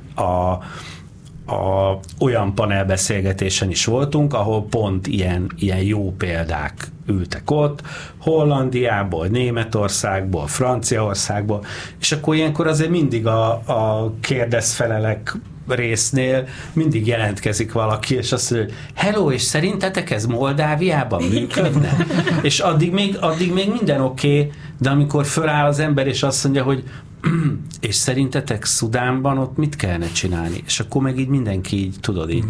olyan panelbeszélgetésen is voltunk, ahol pont ilyen jó példák ültek ott, Hollandiából, Németországból, Franciaországból, és akkor ilyenkor azért mindig a kérdezfelelek résznél mindig jelentkezik valaki, és azt mondja, hogy hello, és szerintetek ez Moldáviában működne? És addig még minden oké, de amikor föláll az ember, és azt mondja, hogy és szerintetek Szudánban ott mit kellene csinálni? És akkor meg így mindenki így, tudod, így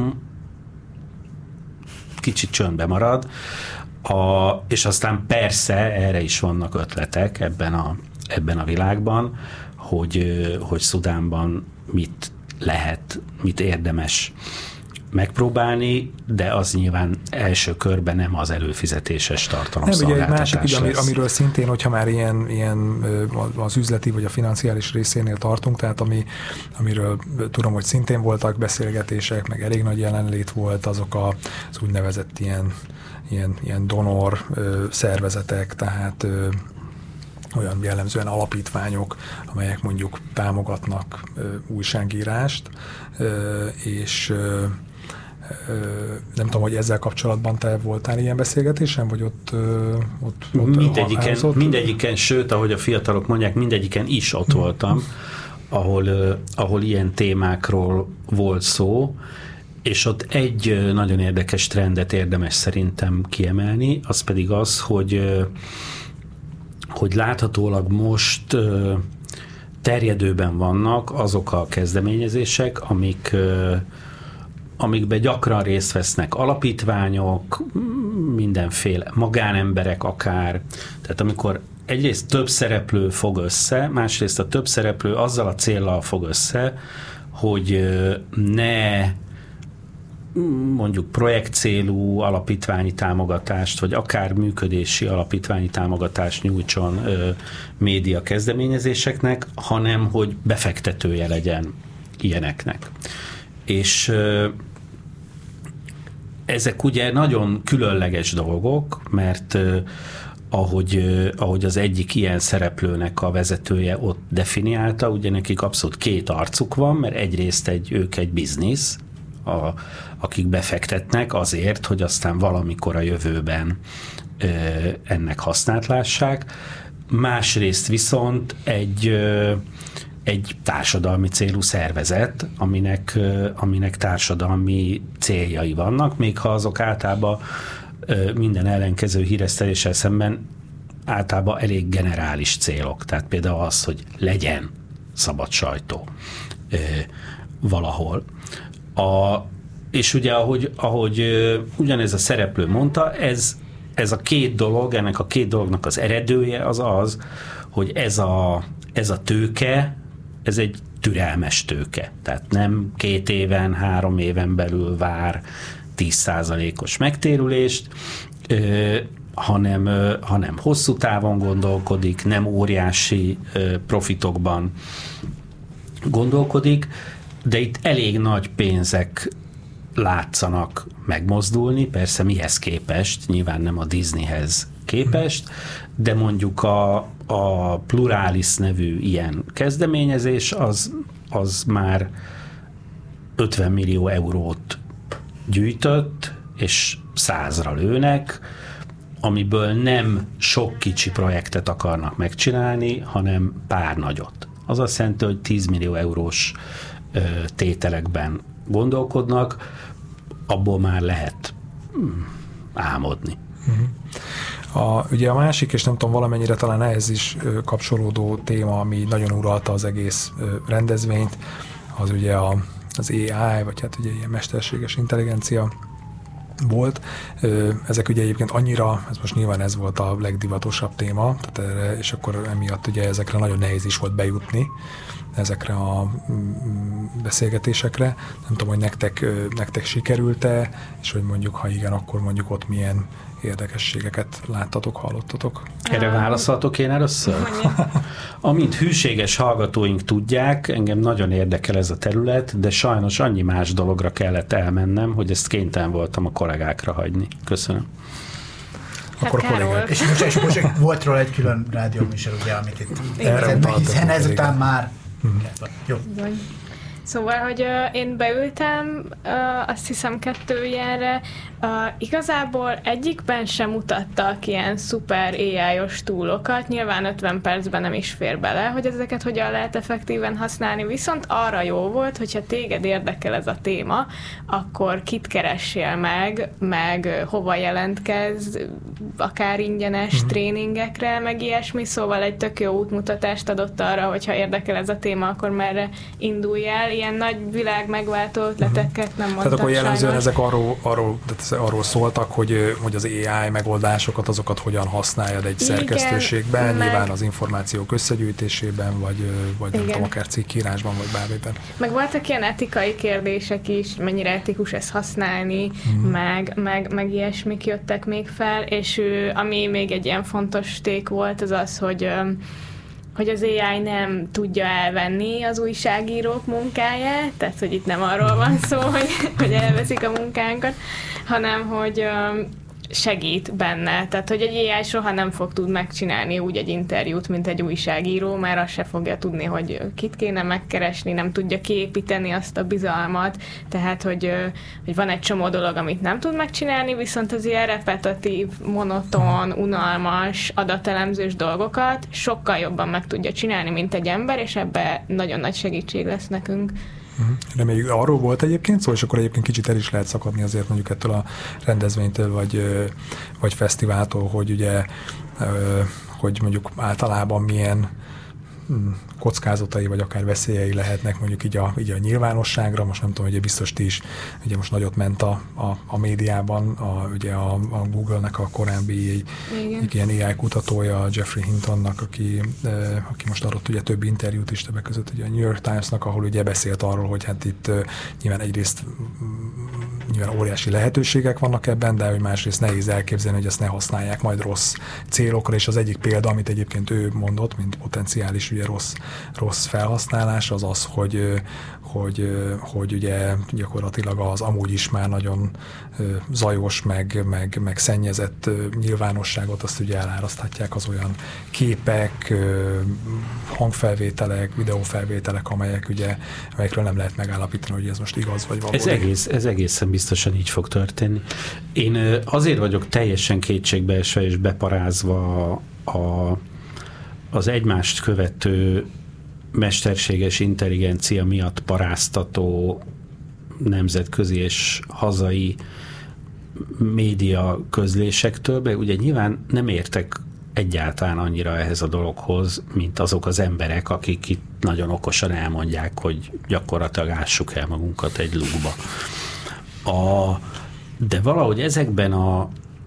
kicsit csöndbe marad, és aztán persze erre is vannak ötletek ebben a világban, hogy Szudánban mit lehet, mit érdemes megpróbálni, de az nyilván első körben nem az előfizetéses tartalomszolgáltatás.
Nem, ugye egy másik, amiről szintén, hogyha már ilyen az üzleti vagy a financiális részénél tartunk, tehát amiről tudom, hogy szintén voltak beszélgetések, meg elég nagy jelenlét volt, azok az úgynevezett ilyen donor szervezetek, tehát olyan jellemzően alapítványok, amelyek mondjuk támogatnak újságírást, és nem tudom, hogy ezzel kapcsolatban te voltál ilyen beszélgetésen, vagy ott
mindegyiken, sőt, ahogy a fiatalok mondják, mindegyiken is ott voltam, ahol ilyen témákról volt szó, és ott egy nagyon érdekes trendet érdemes szerintem kiemelni, az pedig az, hogy láthatólag most terjedőben vannak azok a kezdeményezések, amikben gyakran részt vesznek alapítványok, mindenféle magánemberek akár. Tehát amikor egyrészt több szereplő fog össze, másrészt a több szereplő azzal a céllal fog össze, hogy ne mondjuk projektcélú alapítványi támogatást, vagy akár működési alapítványi támogatást nyújtson média kezdeményezéseknek, hanem hogy befektetője legyen ilyeneknek. És ezek ugye nagyon különleges dolgok, mert ahogy az egyik ilyen szereplőnek a vezetője ott definiálta, ugye nekik abszolút két arcuk van, mert egyrészt ők egy biznisz, akik befektetnek azért, hogy aztán valamikor a jövőben ennek hasznát lássák. Másrészt viszont egy társadalmi célú szervezet, aminek társadalmi céljai vannak, még ha azok általában minden ellenkező híreszteléssel szemben általában elég generális célok. Tehát például az, hogy legyen szabad sajtó valahol. És ugye, ahogy ugyanez a szereplő mondta, ez a két dolog, ennek a két dolognak az eredője az, hogy ez a tőke, ez egy türelmes tőke. Tehát nem 2 éven, 3 éven belül vár 10%-os megtérülést, hanem hosszú távon gondolkodik, nem óriási profitokban gondolkodik, de itt elég nagy pénzek látszanak megmozdulni, persze mihez képest, nyilván nem a Disneyhez képest, de mondjuk a Pluralis nevű ilyen kezdeményezés, az már 50 millió eurót gyűjtött, és 100-ra lőnek, amiből nem sok kicsi projektet akarnak megcsinálni, hanem pár nagyot. Az azt jelenti, hogy 10 millió eurós tételekben gondolkodnak, abból már lehet álmodni.
Ugye a másik, és nem tudom, valamennyire talán ehhez is kapcsolódó téma, ami nagyon uralta az egész rendezvényt, az ugye az AI, vagy hát ugye ilyen mesterséges intelligencia volt. Ezek ugye egyébként annyira, ez most nyilván ez volt a legdivatosabb téma, tehát erre, és akkor emiatt ugye ezekre nagyon nehéz is volt bejutni, ezekre a beszélgetésekre. Nem tudom, hogy nektek sikerült-e, és hogy mondjuk, ha igen, akkor mondjuk ott milyen érdekességeket láttatok, hallottatok?
Erre válaszolhatok én először? Amint hűséges hallgatóink tudják, engem nagyon érdekel ez a terület, de sajnos annyi más dologra kellett elmennem, hogy ezt kénytelen voltam a kollégákra hagyni. Köszönöm.
Akkor a kollégák.
És most volt róla egy külön rádióműsor, ugye, amit itt hiszen ezután már... Jó.
Szóval, hogy én beültem, azt hiszem 2 ilyenre, igazából egyikben sem mutattak ilyen szuper AI-os túlokat, nyilván 50 percben nem is fér bele, hogy ezeket hogyan lehet effektíven használni, viszont arra jó volt, hogyha téged érdekel ez a téma, akkor kit keressél meg hova jelentkezz, akár ingyenes tréningekre, meg ilyesmi, szóval egy tök jó útmutatást adott arra, hogyha érdekel ez a téma, akkor merre indulj el, ilyen nagy világ megváltó ötleteket nem mondtak.
Tehát akkor jellemzően
sajnos.
ezek arról szóltak, hogy az AI megoldásokat, azokat hogyan használjad egy szerkesztőségben, nyilván az információk összegyűjtésében, vagy nem tudom, akár cikkírásban, vagy bármiben.
Meg voltak ilyen etikai kérdések is, mennyire etikus ezt használni, meg ilyesmik jöttek még fel, és ami még egy ilyen fontos ték volt, az az, hogy az AI nem tudja elvenni az újságírók munkáját, tehát hogy itt nem arról van szó, hogy elveszik a munkánkat, hanem hogy segít benne. Tehát, hogy egy AI soha nem fog tud megcsinálni úgy egy interjút, mint egy újságíró, mert azt se fogja tudni, hogy kit kéne megkeresni, nem tudja kiépíteni azt a bizalmat, tehát, hogy van egy csomó dolog, amit nem tud megcsinálni, viszont az ilyen repetitív, monoton, unalmas, adatelemzős dolgokat sokkal jobban meg tudja csinálni, mint egy ember, és ebbe nagyon nagy segítség lesz nekünk.
Reméljük, arról volt egyébként szó, és akkor egyébként kicsit el is lehet szakadni azért mondjuk ettől a rendezvénytől, vagy fesztiváltól, hogy ugye, hogy mondjuk általában milyen kockázatai, vagy akár veszélyei lehetnek mondjuk így a nyilvánosságra. Most nem tudom, hogy biztos ti is, ugye most nagyot ment a médiában, ugye a Google-nek a korábbi egy ilyen AI kutatója, Jeffrey Hintonnak, aki most adott ugye több interjút is, többek között ugye a New York Times-nak, ahol ugye beszélt arról, hogy hát itt nyilván egyrészt nyilván óriási lehetőségek vannak ebben, de hogy másrészt nehéz elképzelni, hogy ezt ne használják majd rossz célokra, és az egyik példa, amit egyébként ő mondott, mint potenciális ugye rossz felhasználás, az az, hogy ugye gyakorlatilag az amúgy is már nagyon zajos, meg szennyezett nyilvánosságot, azt ugye eláraszthatják az olyan képek, hangfelvételek, videófelvételek, amelyekről nem lehet megállapítani, hogy ez most igaz vagy valódi.
Ez egészen biztosan így fog történni. Én azért vagyok teljesen kétségbeesve és beparázva az egymást követő mesterséges intelligencia miatt paráztató nemzetközi és hazai média közlésektől, de ugye nyilván nem értek egyáltalán annyira ehhez a dologhoz, mint azok az emberek, akik itt nagyon okosan elmondják, hogy gyakorlatilag ássuk el magunkat egy lukba. De valahogy ezekben a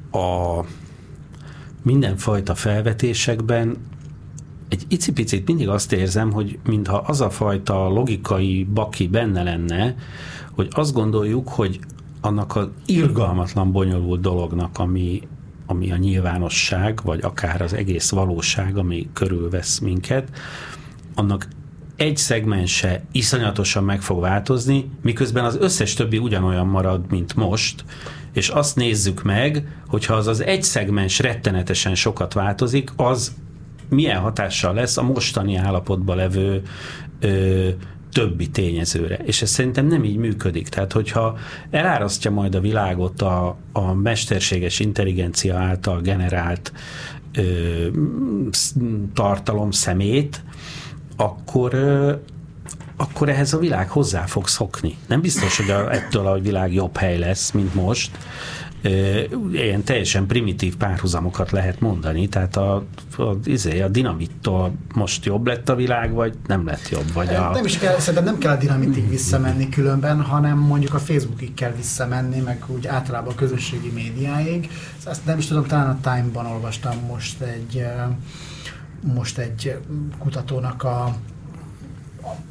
mindenfajta felvetésekben egy icipicit mindig azt érzem, hogy mintha az a fajta logikai baki benne lenne, hogy azt gondoljuk, hogy annak az irgalmatlan bonyolult dolognak, ami a nyilvánosság, vagy akár az egész valóság, ami körülvesz minket, annak egy szegmense iszonyatosan meg fog változni, miközben az összes többi ugyanolyan marad, mint most, és azt nézzük meg, hogyha az egy szegmens rettenetesen sokat változik, az milyen hatással lesz a mostani állapotban levő többi tényezőre. És ez szerintem nem így működik. Tehát, hogyha elárasztja majd a világot a mesterséges intelligencia által generált tartalom szemét, akkor ehhez a világ hozzá fog szokni. Nem biztos, hogy ettől a világ jobb hely lesz, mint most. Ilyen teljesen primitív párhuzamokat lehet mondani, tehát a dinamittól most jobb lett a világ, vagy nem lett jobb? Vagy
Szerintem nem kell a dinamitig visszamenni különben, hanem mondjuk a Facebookig kell visszamenni, meg úgy általában a közösségi médiáig. Ezt nem is tudom, talán a Time-ban olvastam most egy kutatónak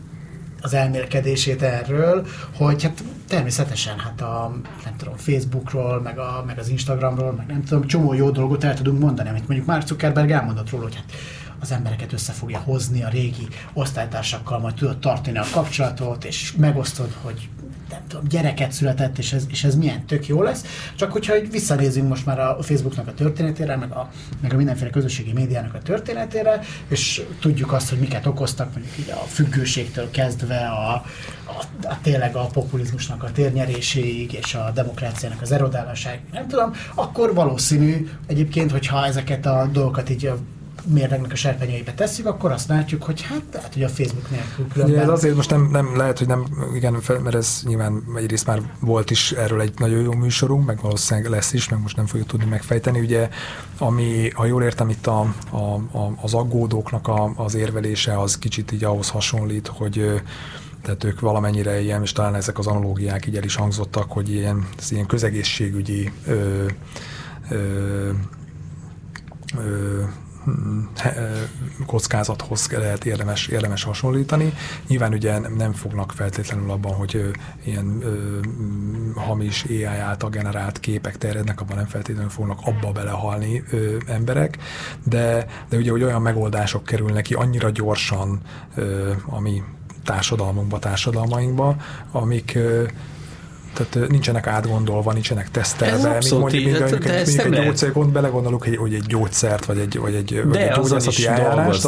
az elmélkedését erről, hogy hát természetesen hát a nem tudom, Facebookról, meg az Instagramról, meg nem tudom, csomó jó dolgot el tudunk mondani, amit mondjuk Mark Zuckerberg elmondott róla, hogy hát az embereket össze fogja hozni, a régi osztálytársakkal majd tudod tartani a kapcsolatot, és megosztod, hogy nem tudom, gyereket született, és ez milyen tök jó lesz. Csak hogyha visszanézünk most már a Facebooknak a történetére, meg a mindenféle közösségi médiának a történetére, és tudjuk azt, hogy miket okoztak, mondjuk így a függőségtől kezdve tényleg a populizmusnak a térnyeréséig, és a demokráciának az erodálásáig, nem tudom, akkor valószínű egyébként, hogyha ezeket a dolgokat így a mérlegnek a serpenyőibe tesszük, akkor azt látjuk, hogy hát lehet, hogy a Facebook nélkül különben.
Ez azért most nem lehet, hogy nem, igen, mert ez nyilván egyrészt már volt is erről egy nagyon jó műsorunk, meg valószínűleg lesz is, meg most nem fogjuk tudni megfejteni. Ugye, ami, ha jól értem, itt az aggódóknak az érvelése az kicsit így ahhoz hasonlít, hogy tehát ők valamennyire ilyen, és talán ezek az analógiák így el is hangzottak, hogy ilyen közegészségügyi kockázathoz lehet érdemes hasonlítani. Nyilván ugye nem fognak feltétlenül abban, hogy ilyen hamis AI által generált képek terjednek, abban nem feltétlenül fognak abba belehalni emberek, de ugye hogy olyan megoldások kerülnek ki annyira gyorsan a mi társadalmainkba, amik tehát nincsenek átgondolva, nincsenek tesztelve. Mondjuk egy gyógyszer, belegondolunk, hogy egy gyógyszert, vagy egy gyógyászati eljárást,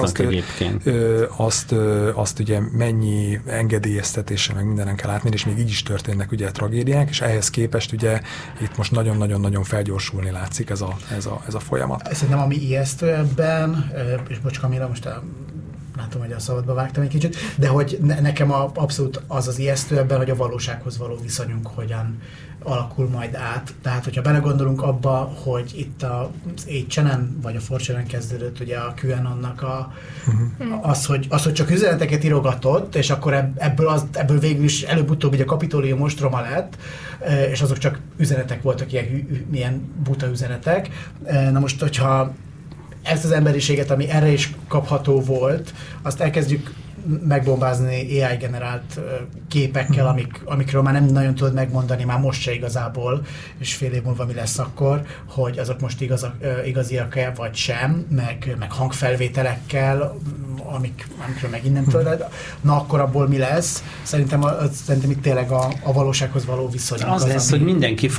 azt ugye mennyi engedélyeztetése, meg mindenen kell átmenni, és még így is történnek ugye tragédiák, és ehhez képest ugye itt most nagyon-nagyon-nagyon felgyorsulni látszik ez a folyamat.
Szerintem ami ijesztő ebben, és bocs Kamila, most látom, hogy a szabadba vágtam egy kicsit, de hogy nekem abszolút az ijesztő ebben, hogy a valósághoz való viszonyunk hogyan alakul majd át. Tehát, hogyha belegondolunk abba, hogy itt az 8chan vagy a 4chan kezdődött ugye a QAnonnak az, hogy csak üzeneteket írogatott, és akkor ebből végül is előbb-utóbb ugye a Kapitolium ostroma lett, és azok csak üzenetek voltak, ilyen buta üzenetek. Na most, hogyha ezt az emberiséget, ami erre is kapható volt, azt elkezdjük megbombázni AI-generált képekkel, amikről már nem nagyon tudod megmondani, már most se igazából, és fél év múlva mi lesz akkor, hogy azok most igaziak-e vagy sem, meg hangfelvételekkel, amikről megint nem tudod. Na akkor abból mi lesz? Szerintem itt tényleg a valósághoz való viszony.
Az lesz, hogy mindenki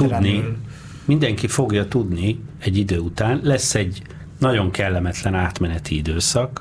fogja tudni egy idő után, lesz egy nagyon kellemetlen átmeneti időszak,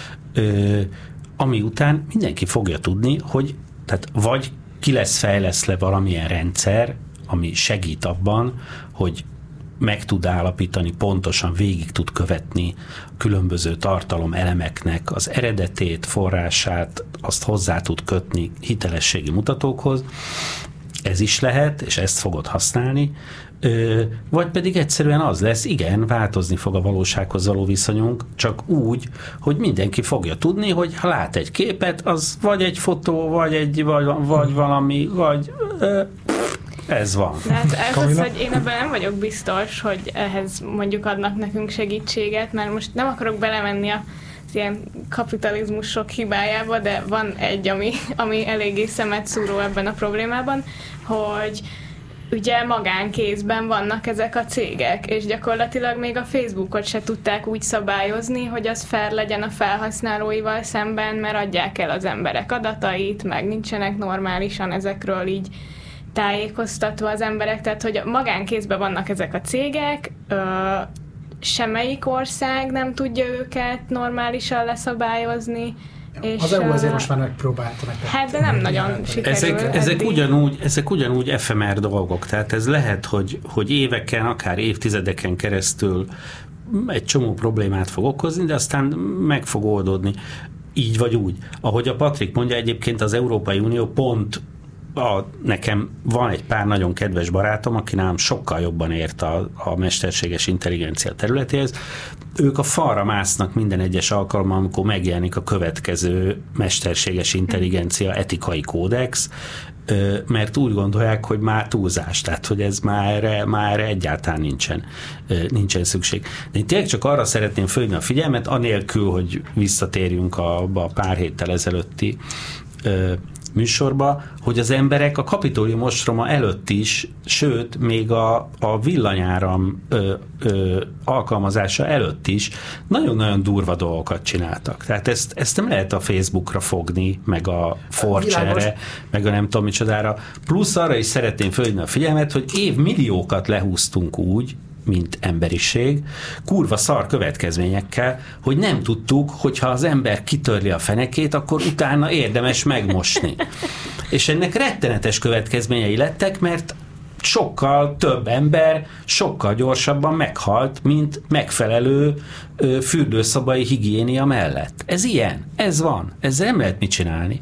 ami után mindenki fogja tudni, hogy tehát vagy ki lesz fejlesztve valamilyen rendszer, ami segít abban, hogy meg tud állapítani, pontosan végig tud követni különböző tartalom elemeknek az eredetét, forrását, azt hozzá tud kötni hitelességi mutatókhoz. Ez is lehet, és ezt fogod használni, vagy pedig egyszerűen az lesz, igen, változni fog a valósághoz való viszonyunk, csak úgy, hogy mindenki fogja tudni, hogy ha lát egy képet, az vagy egy fotó, vagy valami, vagy ez van.
Hát ez az, hogy én ebben nem vagyok biztos, hogy ehhez mondjuk adnak nekünk segítséget, mert most nem akarok belemenni az ilyen kapitalizmus sok hibájába, de van egy, ami eléggé szemet szúró ebben a problémában, hogy ugye magánkézben vannak ezek a cégek, és gyakorlatilag még a Facebookot se tudták úgy szabályozni, hogy az fair legyen a felhasználóival szemben, mert adják el az emberek adatait, meg nincsenek normálisan ezekről így tájékoztatva az emberek, tehát hogy magánkézben vannak ezek a cégek, semmelyik ország nem tudja őket normálisan leszabályozni. És
az EU azért most már megpróbálta.
Hát, de nem nagyon sikerül.
Ezek ugyanúgy efemer dolgok, tehát ez lehet, hogy éveken, akár évtizedeken keresztül egy csomó problémát fog okozni, de aztán meg fog oldódni. Így vagy úgy. Ahogy a Patrik mondja, egyébként az Európai Unió pont nekem van egy pár nagyon kedves barátom, aki nálam sokkal jobban ért a mesterséges intelligencia területéhez. Ők a falra másznak minden egyes alkalommal, amikor megjelenik a következő mesterséges intelligencia etikai kódex, mert úgy gondolják, hogy már túlzás, tehát hogy ez már erre egyáltalán nincsen szükség. De én tényleg csak arra szeretném fölhívni a figyelmet, anélkül, hogy visszatérjünk a pár héttel ezelőtti műsorba, hogy az emberek a Kapitolium ostroma előtt is, sőt, még a villanyáram alkalmazása előtt is nagyon-nagyon durva dolgokat csináltak. Tehát ezt nem lehet a Facebookra fogni, meg a 4chan-re, meg a nem tudom micsodára. Plusz arra is szeretném fölhívni a figyelmet, hogy évmilliókat lehúztunk úgy, mint emberiség, kurva szar következményekkel, hogy nem tudtuk, hogyha az ember kitörli a fenekét, akkor utána érdemes megmosni. És ennek rettenetes következményei lettek, mert sokkal több ember sokkal gyorsabban meghalt, mint megfelelő fürdőszobai higiénia mellett. Ez ilyen, ez van, ezzel nem lehet mit csinálni.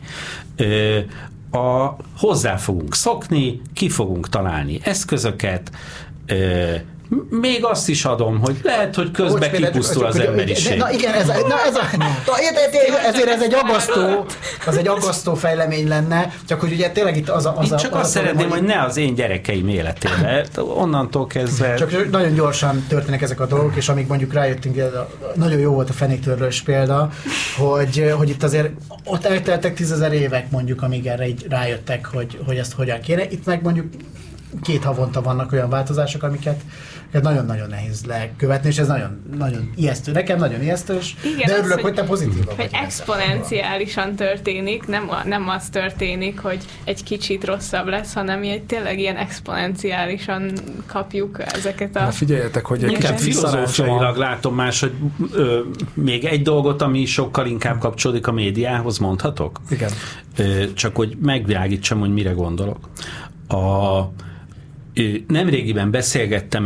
Hozzá fogunk szokni, ki fogunk találni eszközöket, még azt is adom, hogy lehet, hogy közben kipusztul az emberiség.
Na igen, ezért ez egy aggasztó fejlemény lenne, csak hogy ugye tényleg itt
csak azt szeretném, hogy ne az én gyerekeim életébe. Onnantól kezdve...
Csak nagyon gyorsan történnek ezek a dolgok, és amíg mondjuk rájöttünk, nagyon jó volt a fenéktörlős példa, hogy itt azért ott elteltek 10 000 évek mondjuk, amíg erre így rájöttek, hogy ezt hogyan kéne. Itt meg mondjuk 2 havonta vannak olyan változások, amiket nagyon-nagyon nehéz lekövetni, és ez nagyon ijesztő. Nekem nagyon ijesztő, de örülök, hogy te pozitív vagy.
Hogy exponenciálisan történik, nem az történik, hogy egy kicsit rosszabb lesz, hanem tényleg ilyen exponenciálisan kapjuk ezeket a...
Na figyeljetek, hogy
inkább filozófiailag látom más, hogy még egy dolgot, ami sokkal inkább kapcsolódik a médiához, mondhatok?
Igen.
Csak hogy megvilágítsam, hogy mire gondolok. Nemrégiben beszélgettem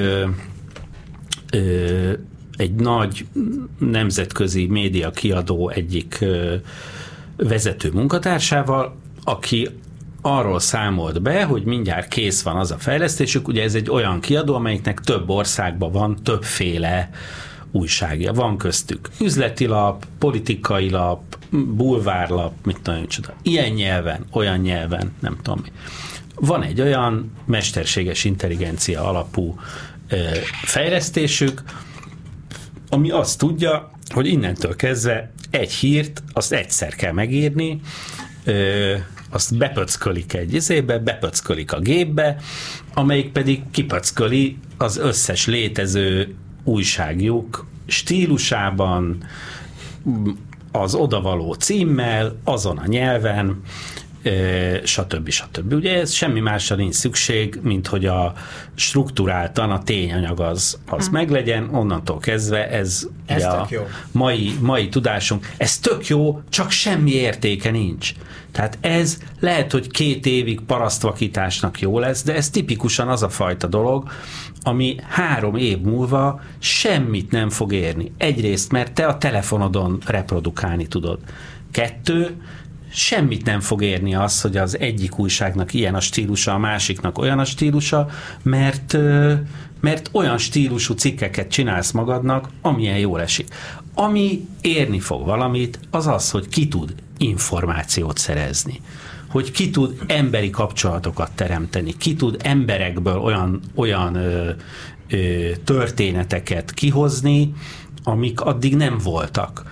egy nagy nemzetközi média kiadó egyik vezető munkatársával, aki arról számolt be, hogy mindjárt kész van az a fejlesztésük, ugye ez egy olyan kiadó, amelyiknek több országban van többféle újságja. Van köztük üzleti lap, politikai lap, bulvárlap, mit tudom, csoda. Ilyen nyelven, olyan nyelven, nem tudom mi. Van egy olyan mesterséges intelligencia alapú fejlesztésük, ami azt tudja, hogy innentől kezdve egy hírt, azt egyszer kell megírni, azt bepöckölik egy izébe, bepöckölik a gépbe, amelyik pedig kipöcköli az összes létező újságjuk stílusában, az odavaló címmel, azon a nyelven, stb. Ugye ez semmi másra nincs szükség, mint hogy a struktúráltan a tényanyag az meglegyen, onnantól kezdve ez a mai tudásunk. Ez tök jó, csak semmi értéke nincs. Tehát ez lehet, hogy 2 évig parasztvakításnak jó lesz, de ez tipikusan az a fajta dolog, ami 3 év múlva semmit nem fog érni. Egyrészt, mert te a telefonodon reprodukálni tudod. 2, semmit nem fog érni az, hogy az egyik újságnak ilyen a stílusa, a másiknak olyan a stílusa, mert olyan stílusú cikkeket csinálsz magadnak, amilyen jól esik. Ami érni fog valamit, az az, hogy ki tud információt szerezni, hogy ki tud emberi kapcsolatokat teremteni, ki tud emberekből olyan történeteket kihozni, amik addig nem voltak,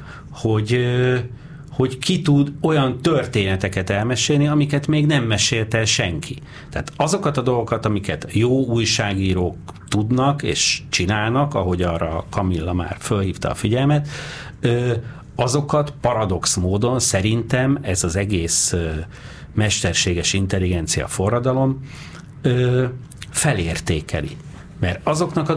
hogy ki tud olyan történeteket elmesélni, amiket még nem mesélt el senki. Tehát azokat a dolgokat, amiket jó újságírók tudnak és csinálnak, ahogy arra Kamilla már fölhívta a figyelmet, azokat paradox módon szerintem ez az egész mesterséges intelligencia forradalom felértékeli. Mert azoknak a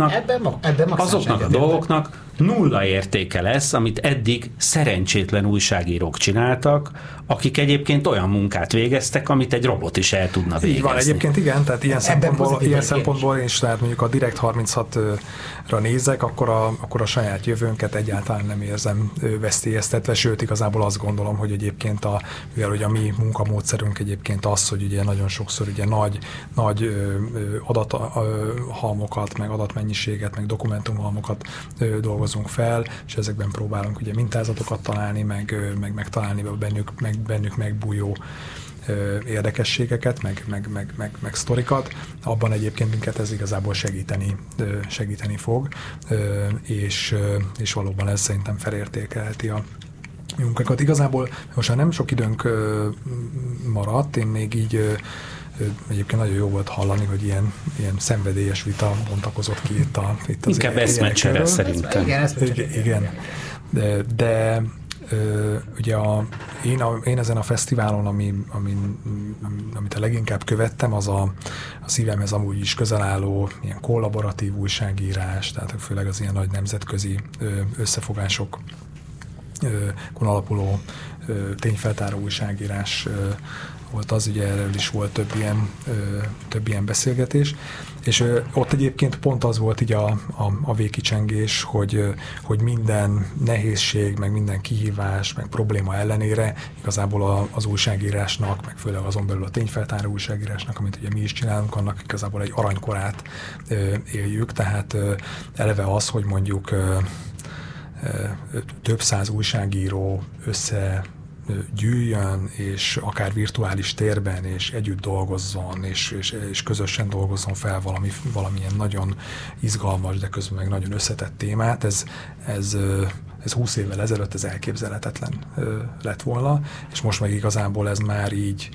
dolgoknak nulla értéke lesz, amit eddig szerencsétlen újságírók csináltak, akik egyébként olyan munkát végeztek, amit egy robot is el tudna végezni.
Így van, egyébként igen, tehát ilyen szempontból én is, tehát mondjuk a Direkt 36-ra nézek, akkor a saját jövőnket egyáltalán nem érzem veszélyeztetve, sőt igazából azt gondolom, hogy egyébként mivel hogy a mi munkamódszerünk egyébként az, hogy ugye nagyon sokszor ugye nagy adathalmokat, meg adatmennyiséget, meg dokumentumhalmokat dolgozunk fel, és ezekben próbálunk ugye mintázatokat találni, meg megtalálni bennük megbújó érdekességeket, meg sztorikat. Abban egyébként minket ez igazából segíteni fog, és valóban ez szerintem felértékelheti munkákat. Igazából most már nem sok időnk maradt, én még így egyébként nagyon jó volt hallani, hogy ilyen szenvedélyes vita bontakozott ki itt az
inkább eszmecsere szerintem.
Igen. De ugye én ezen a fesztiválon, amit a leginkább követtem, az a szívemhez amúgy is közel álló ilyen kollaboratív újságírás, tehát főleg az ilyen nagy nemzetközi összefogásokon alapuló tényfeltáró újságírás volt az, ugye erről is volt több ilyen beszélgetés, és ott egyébként pont az volt így a végkicsengés, hogy minden nehézség, meg minden kihívás, meg probléma ellenére igazából az újságírásnak, meg főleg azon belül a tényfeltáró újságírásnak, amit ugye mi is csinálunk, annak igazából egy aranykorát éljük, tehát eleve az, hogy mondjuk több száz újságíró gyűjjön, és akár virtuális térben, és együtt dolgozzon, és közösen dolgozzon fel valamilyen nagyon izgalmas, de közben meg nagyon összetett témát, ez 20 évvel ezelőtt ez elképzelhetetlen lett volna, és most meg igazából ez már így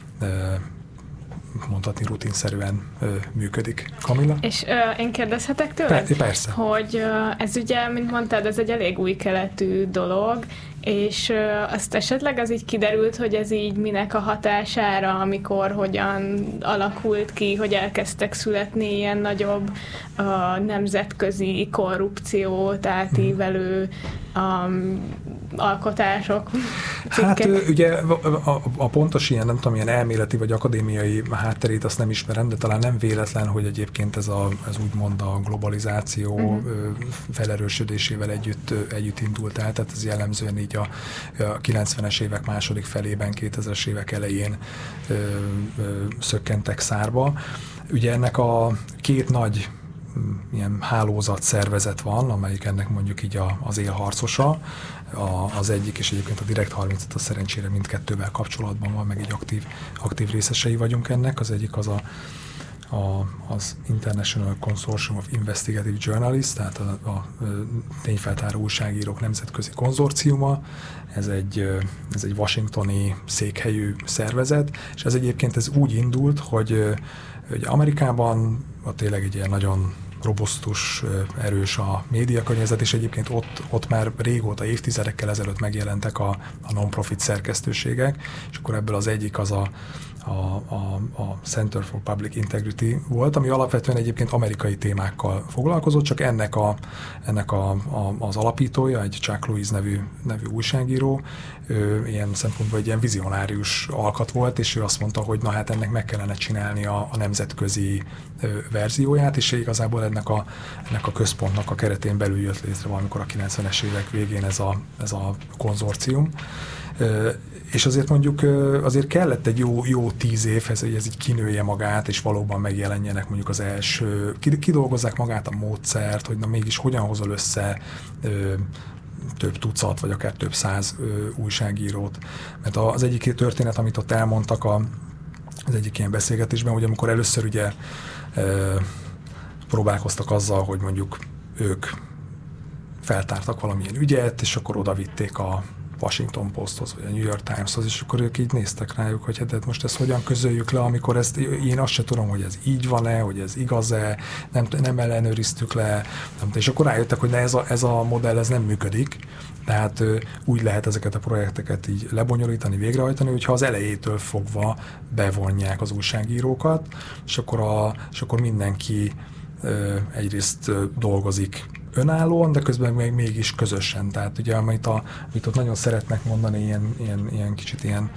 mondhatni rutinszerűen működik. Kamilla?
És én kérdezhetek tőled?
Persze.
Hogy ez ugye, mint mondtad, ez egy elég új keletű dolog, és azt esetleg az így kiderült, hogy ez így minek a hatására, amikor hogyan alakult ki, hogy elkezdtek születni ilyen nagyobb nemzetközi korrupciót átívelő alkotások, cikkek.
Hát ugye a pontos ilyen, nem tudom, ilyen elméleti vagy akadémiai hátterét azt nem ismerem, de talán nem véletlen, hogy egyébként ez úgymond a globalizáció felerősödésével együtt indult el, tehát ez jellemzően így a 90-es évek második felében, 2000-es évek elején szökkentek szárba. Ugye ennek a két nagy ilyen hálózat szervezet van, amelyik ennek mondjuk így az élharcosa, az egyik, és egyébként a Direkt 35 a szerencsére mindkettővel kapcsolatban van, meg egy aktív részesei vagyunk ennek. Az egyik az International Consortium of Investigative Journalists, tehát a tényfeltáró újságírók nemzetközi konzorciuma. Ez egy washingtoni székhelyű szervezet, és ez egyébként úgy indult, hogy Amerikában tényleg egy ilyen nagyon robusztus, erős a médiakörnyezet, és egyébként ott már régóta, évtizedekkel ezelőtt megjelentek a non-profit szerkesztőségek, és akkor ebből az egyik az a Center for Public Integrity volt, ami alapvetően egyébként amerikai témákkal foglalkozott, csak ennek az alapítója, egy Chuck Lewis nevű újságíró, ilyen szempontból egy ilyen vizionárius alkat volt, és ő azt mondta, hogy na hát ennek meg kellene csinálni a nemzetközi verzióját, és igazából ennek a központnak a keretén belül jött létre valamikor a 90-es évek végén ez a konzorcium. És azért mondjuk azért kellett egy jó 10 évhez, hogy ez így kinője magát, és valóban megjelenjenek mondjuk az első, kidolgozzák magát a módszert, hogy na mégis hogyan hozol össze több tucat, vagy akár több száz újságírót. Mert az egyik történet, amit ott elmondtak az egyik ilyen beszélgetésben, hogy amikor először ugye próbálkoztak azzal, hogy mondjuk ők feltártak valamilyen ügyet, és akkor oda vitték a Washington Posthoz, vagy a New York Timeshoz, és akkor ők így néztek rájuk, hogy hát most ezt hogyan közöljük le, amikor ezt, én azt se tudom, hogy ez így van-e, hogy ez igaz-e, nem ellenőriztük le, és akkor rájöttek, hogy ez a modell ez nem működik, tehát úgy lehet ezeket a projekteket így lebonyolítani, végrehajtani, hogyha az elejétől fogva bevonják az újságírókat, és akkor mindenki egyrészt dolgozik önállóan, de közben még mégis közösen. Tehát ugye, amit ott nagyon szeretnek mondani, ilyen kicsit ilyen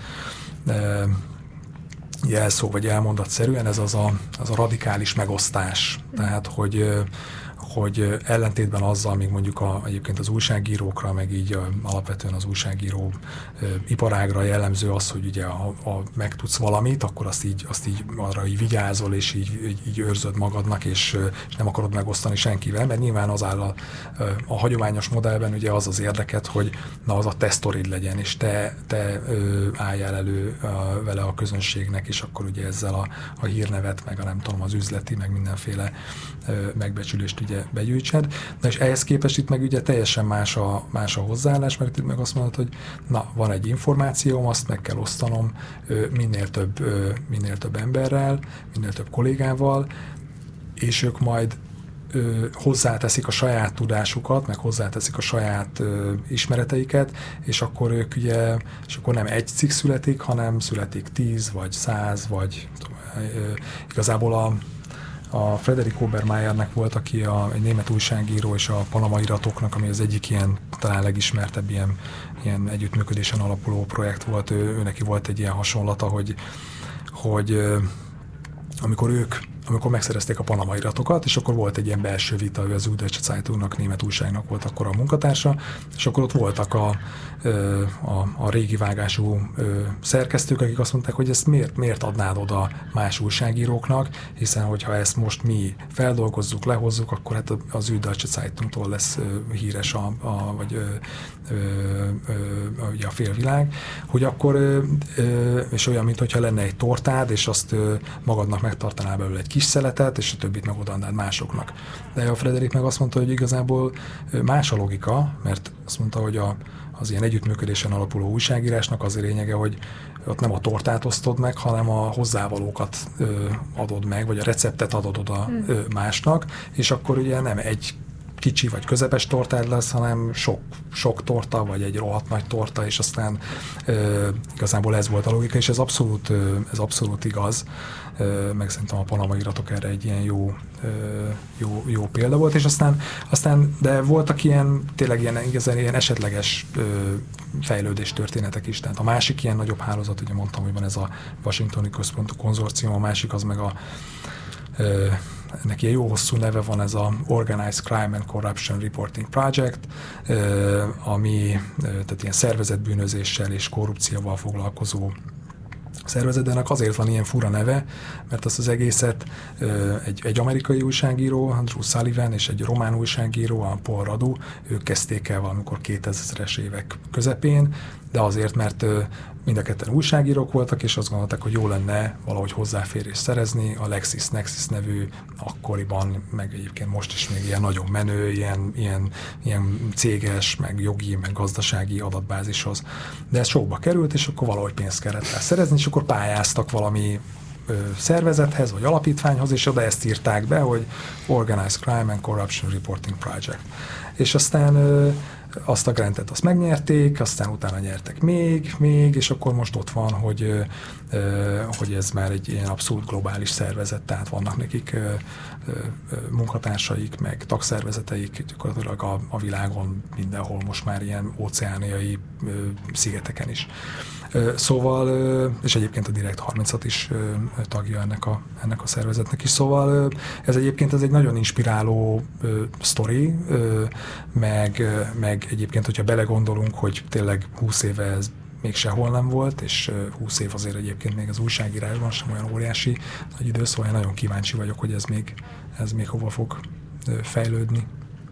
jelszó vagy elmondatszerűen, ez az a radikális megosztás. Tehát, hogy ellentétben azzal, még mondjuk egyébként az újságírókra, meg így alapvetően az újságíró iparágra jellemző az, hogy ugye ha megtudsz valamit, akkor azt így arra így vigyázol, és így őrzöd magadnak, és nem akarod megosztani senkivel, mert nyilván az áll a hagyományos modellben ugye az érdeket, hogy na az a te sztorid legyen, és te álljál elő vele a közönségnek, és akkor ugye ezzel a hírnevet, meg a nem tudom, az üzleti, meg mindenféle megbecsülést ugye begyűjtsed. Na és ehhez képest itt meg ugye teljesen más a hozzáállás, mert itt meg azt mondod, hogy na, van egy információm, azt meg kell osztanom minél több emberrel, minél több kollégával, és ők majd hozzáteszik a saját tudásukat, meg hozzáteszik a saját ismereteiket, és akkor ők ugye, és akkor nem egy cikk születik, hanem születik 10 vagy 100, vagy igazából a Frederik Obermayernek volt, aki egy német újságíró, és a Panama iratoknak, ami az egyik ilyen, talán legismertebb ilyen együttműködésen alapuló projekt volt, ő neki volt egy ilyen hasonlata, hogy amikor megszerezték a Panama iratokat, és akkor volt egy ilyen belső vita, ő az Süddeutsche Zeitungnak, német újságnak volt akkor a munkatársa, és akkor ott voltak a régi vágású szerkesztők, akik azt mondták, hogy ezt miért adnád oda más újságíróknak, hiszen hogyha ezt most mi feldolgozzuk, lehozzuk, akkor hát az Süddeutsche Zeitungtól lesz híres ugye a félvilág, hogy akkor, és olyan, mintha lenne egy tortád, és azt magadnak megtartanál belőle egy kis szeletet, és a többit meg odaadnád másoknak. De a Frederik meg azt mondta, hogy igazából más a logika, mert azt mondta, hogy az ilyen együttműködésen alapuló újságírásnak az a lényege, hogy ott nem a tortát osztod meg, hanem a hozzávalókat adod meg, vagy a receptet adod oda másnak, és akkor ugye nem egy kicsi vagy közepes tortád lesz, hanem sok torta, vagy egy rohadt nagy torta, és aztán igazából ez volt a logika, és ez abszolút igaz, meg szerintem a Panama iratok erre egy ilyen jó példa volt, és aztán de voltak tényleg ilyen esetleges fejlődés történetek is, tehát a másik ilyen nagyobb hálózat, ugye mondtam, hogy van ez a Washingtoni Központú Konzorcium, a másik az meg ennek ilyen jó hosszú neve van, ez a Organized Crime and Corruption Reporting Project, ami tehát ilyen szervezetbűnözéssel és korrupcióval foglalkozó szervezet, de ennek azért van ilyen fura neve, mert azt az egészet egy amerikai újságíró, Andrew Sullivan, és egy román újságíró, a Paul Radu, ők kezdték el valamikor 2000-es évek közepén, de azért, mert mind a ketten újságírók voltak, és azt gondolták, hogy jó lenne valahogy hozzáférést szerezni a LexisNexis nevű akkoriban, meg egyébként most is még ilyen nagyon menő, ilyen céges, meg jogi, meg gazdasági adatbázishoz. De ez sokba került, és akkor valahogy pénzt kellett rá szerezni, és akkor pályáztak valami szervezethez, vagy alapítványhoz, és oda ezt írták be, hogy Organized Crime and Corruption Reporting Project. És aztán azt a grantet azt megnyerték, aztán utána nyertek még, és akkor most ott van, hogy ez már egy ilyen abszolút globális szervezet, tehát vannak nekik munkatársaik, meg tagszervezeteik gyakorlatilag a világon mindenhol, most már ilyen óceániai szigeteken is. Szóval, és egyébként a Direkt 30-at is tagja ennek a szervezetnek is, szóval ez egyébként egy nagyon inspiráló sztori, meg egyébként, hogyha belegondolunk, hogy tényleg 20 éve ez még sehol nem volt, és 20 év azért egyébként még az újságírásban sem olyan óriási nagy idő, szóval én nagyon kíváncsi vagyok, hogy ez még hova fog fejlődni.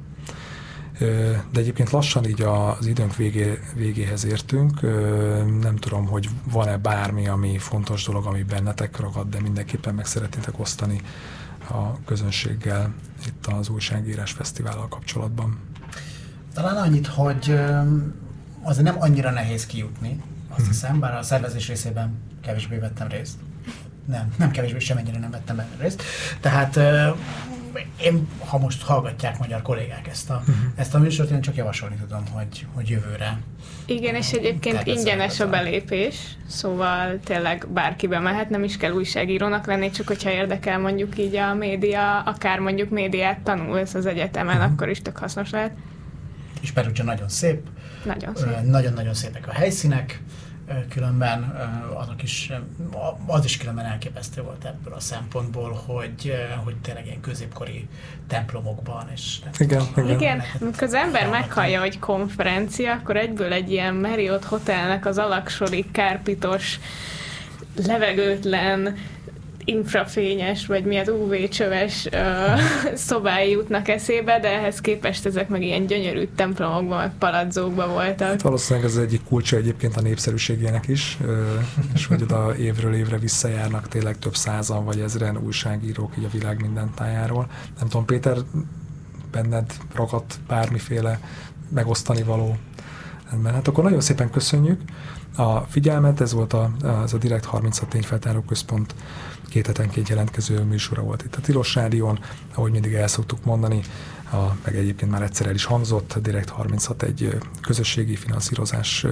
De egyébként lassan így az időnk végéhez értünk. Nem tudom, hogy van-e bármi, ami fontos dolog, ami bennetek ragad, de mindenképpen meg szeretnétek osztani a közönséggel itt az Újságírás Fesztivállal kapcsolatban.
Talán annyit, hogy azért nem annyira nehéz kijutni, azt hiszem, bár a szervezés részében kevésbé vettem részt. Nem kevésbé, semennyire nem vettem benne részt. Tehát én, ha most hallgatják magyar kollégák ezt a műsort, én csak javasolni tudom, hogy jövőre.
Igen, és egyébként ingyenes a belépés, szóval tényleg bárki bemehet, nem is kell újságírónak lenni, csak hogyha érdekel mondjuk így a média, akár mondjuk médiát tanulsz az egyetemen, akkor is tök hasznos lehet.
És Perugia nagyon szép.
Nagyon szép.
Nagyon-nagyon szépek a helyszínek, különben az is különben elképesztő volt ebből a szempontból, hogy tényleg ilyen középkori templomokban és...
Igen, amikor az ember meghallja, hogy konferencia, akkor egyből egy ilyen Marriott Hotelnek az alaksori kárpitos, levegőtlen, infrafényes, vagy mi az UV-csöves szobái jutnak eszébe, de ehhez képest ezek meg ilyen gyönyörű templomokban, meg palazzókban voltak.
Hát valószínűleg ez egyik kulcsa egyébként a népszerűségének is, és hogy oda évről évre visszajárnak tényleg több százan vagy ezren újságírók így a világ minden tájáról. Nem tudom, Péter, benned ragadt bármiféle megosztani való. Hát akkor nagyon szépen köszönjük a figyelmet, ez volt az a Direkt 36 Tényfeltáró Központ 2 hetenként jelentkező műsora volt itt a Tilos Rádión, ahogy mindig el szoktuk mondani, meg egyébként már egyszer el is hangzott, a Direkt 36 egy közösségi finanszírozás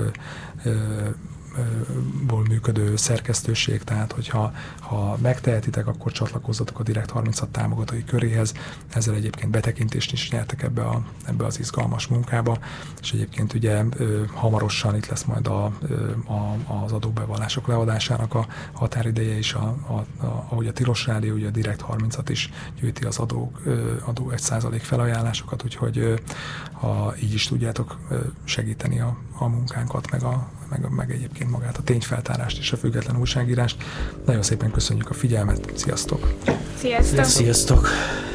ból működő szerkesztőség, tehát hogyha megtehetitek, akkor csatlakozzatok a Direkt 36 támogatói köréhez. Ezzel egyébként betekintést is nyertek ebbe az izgalmas munkába, és egyébként ugye hamarosan itt lesz majd az adóbevallások leadásának a határideje is, ahogy a Tilos Rádió, ugye a Direkt 36 is gyűjti az adó 1% felajánlásokat, úgyhogy így is tudjátok segíteni a munkánkat, meg egyébként magát a tényfeltárást és a független újságírást. Nagyon szépen köszönjük a figyelmet, sziasztok!
Sziasztok!
Sziasztok!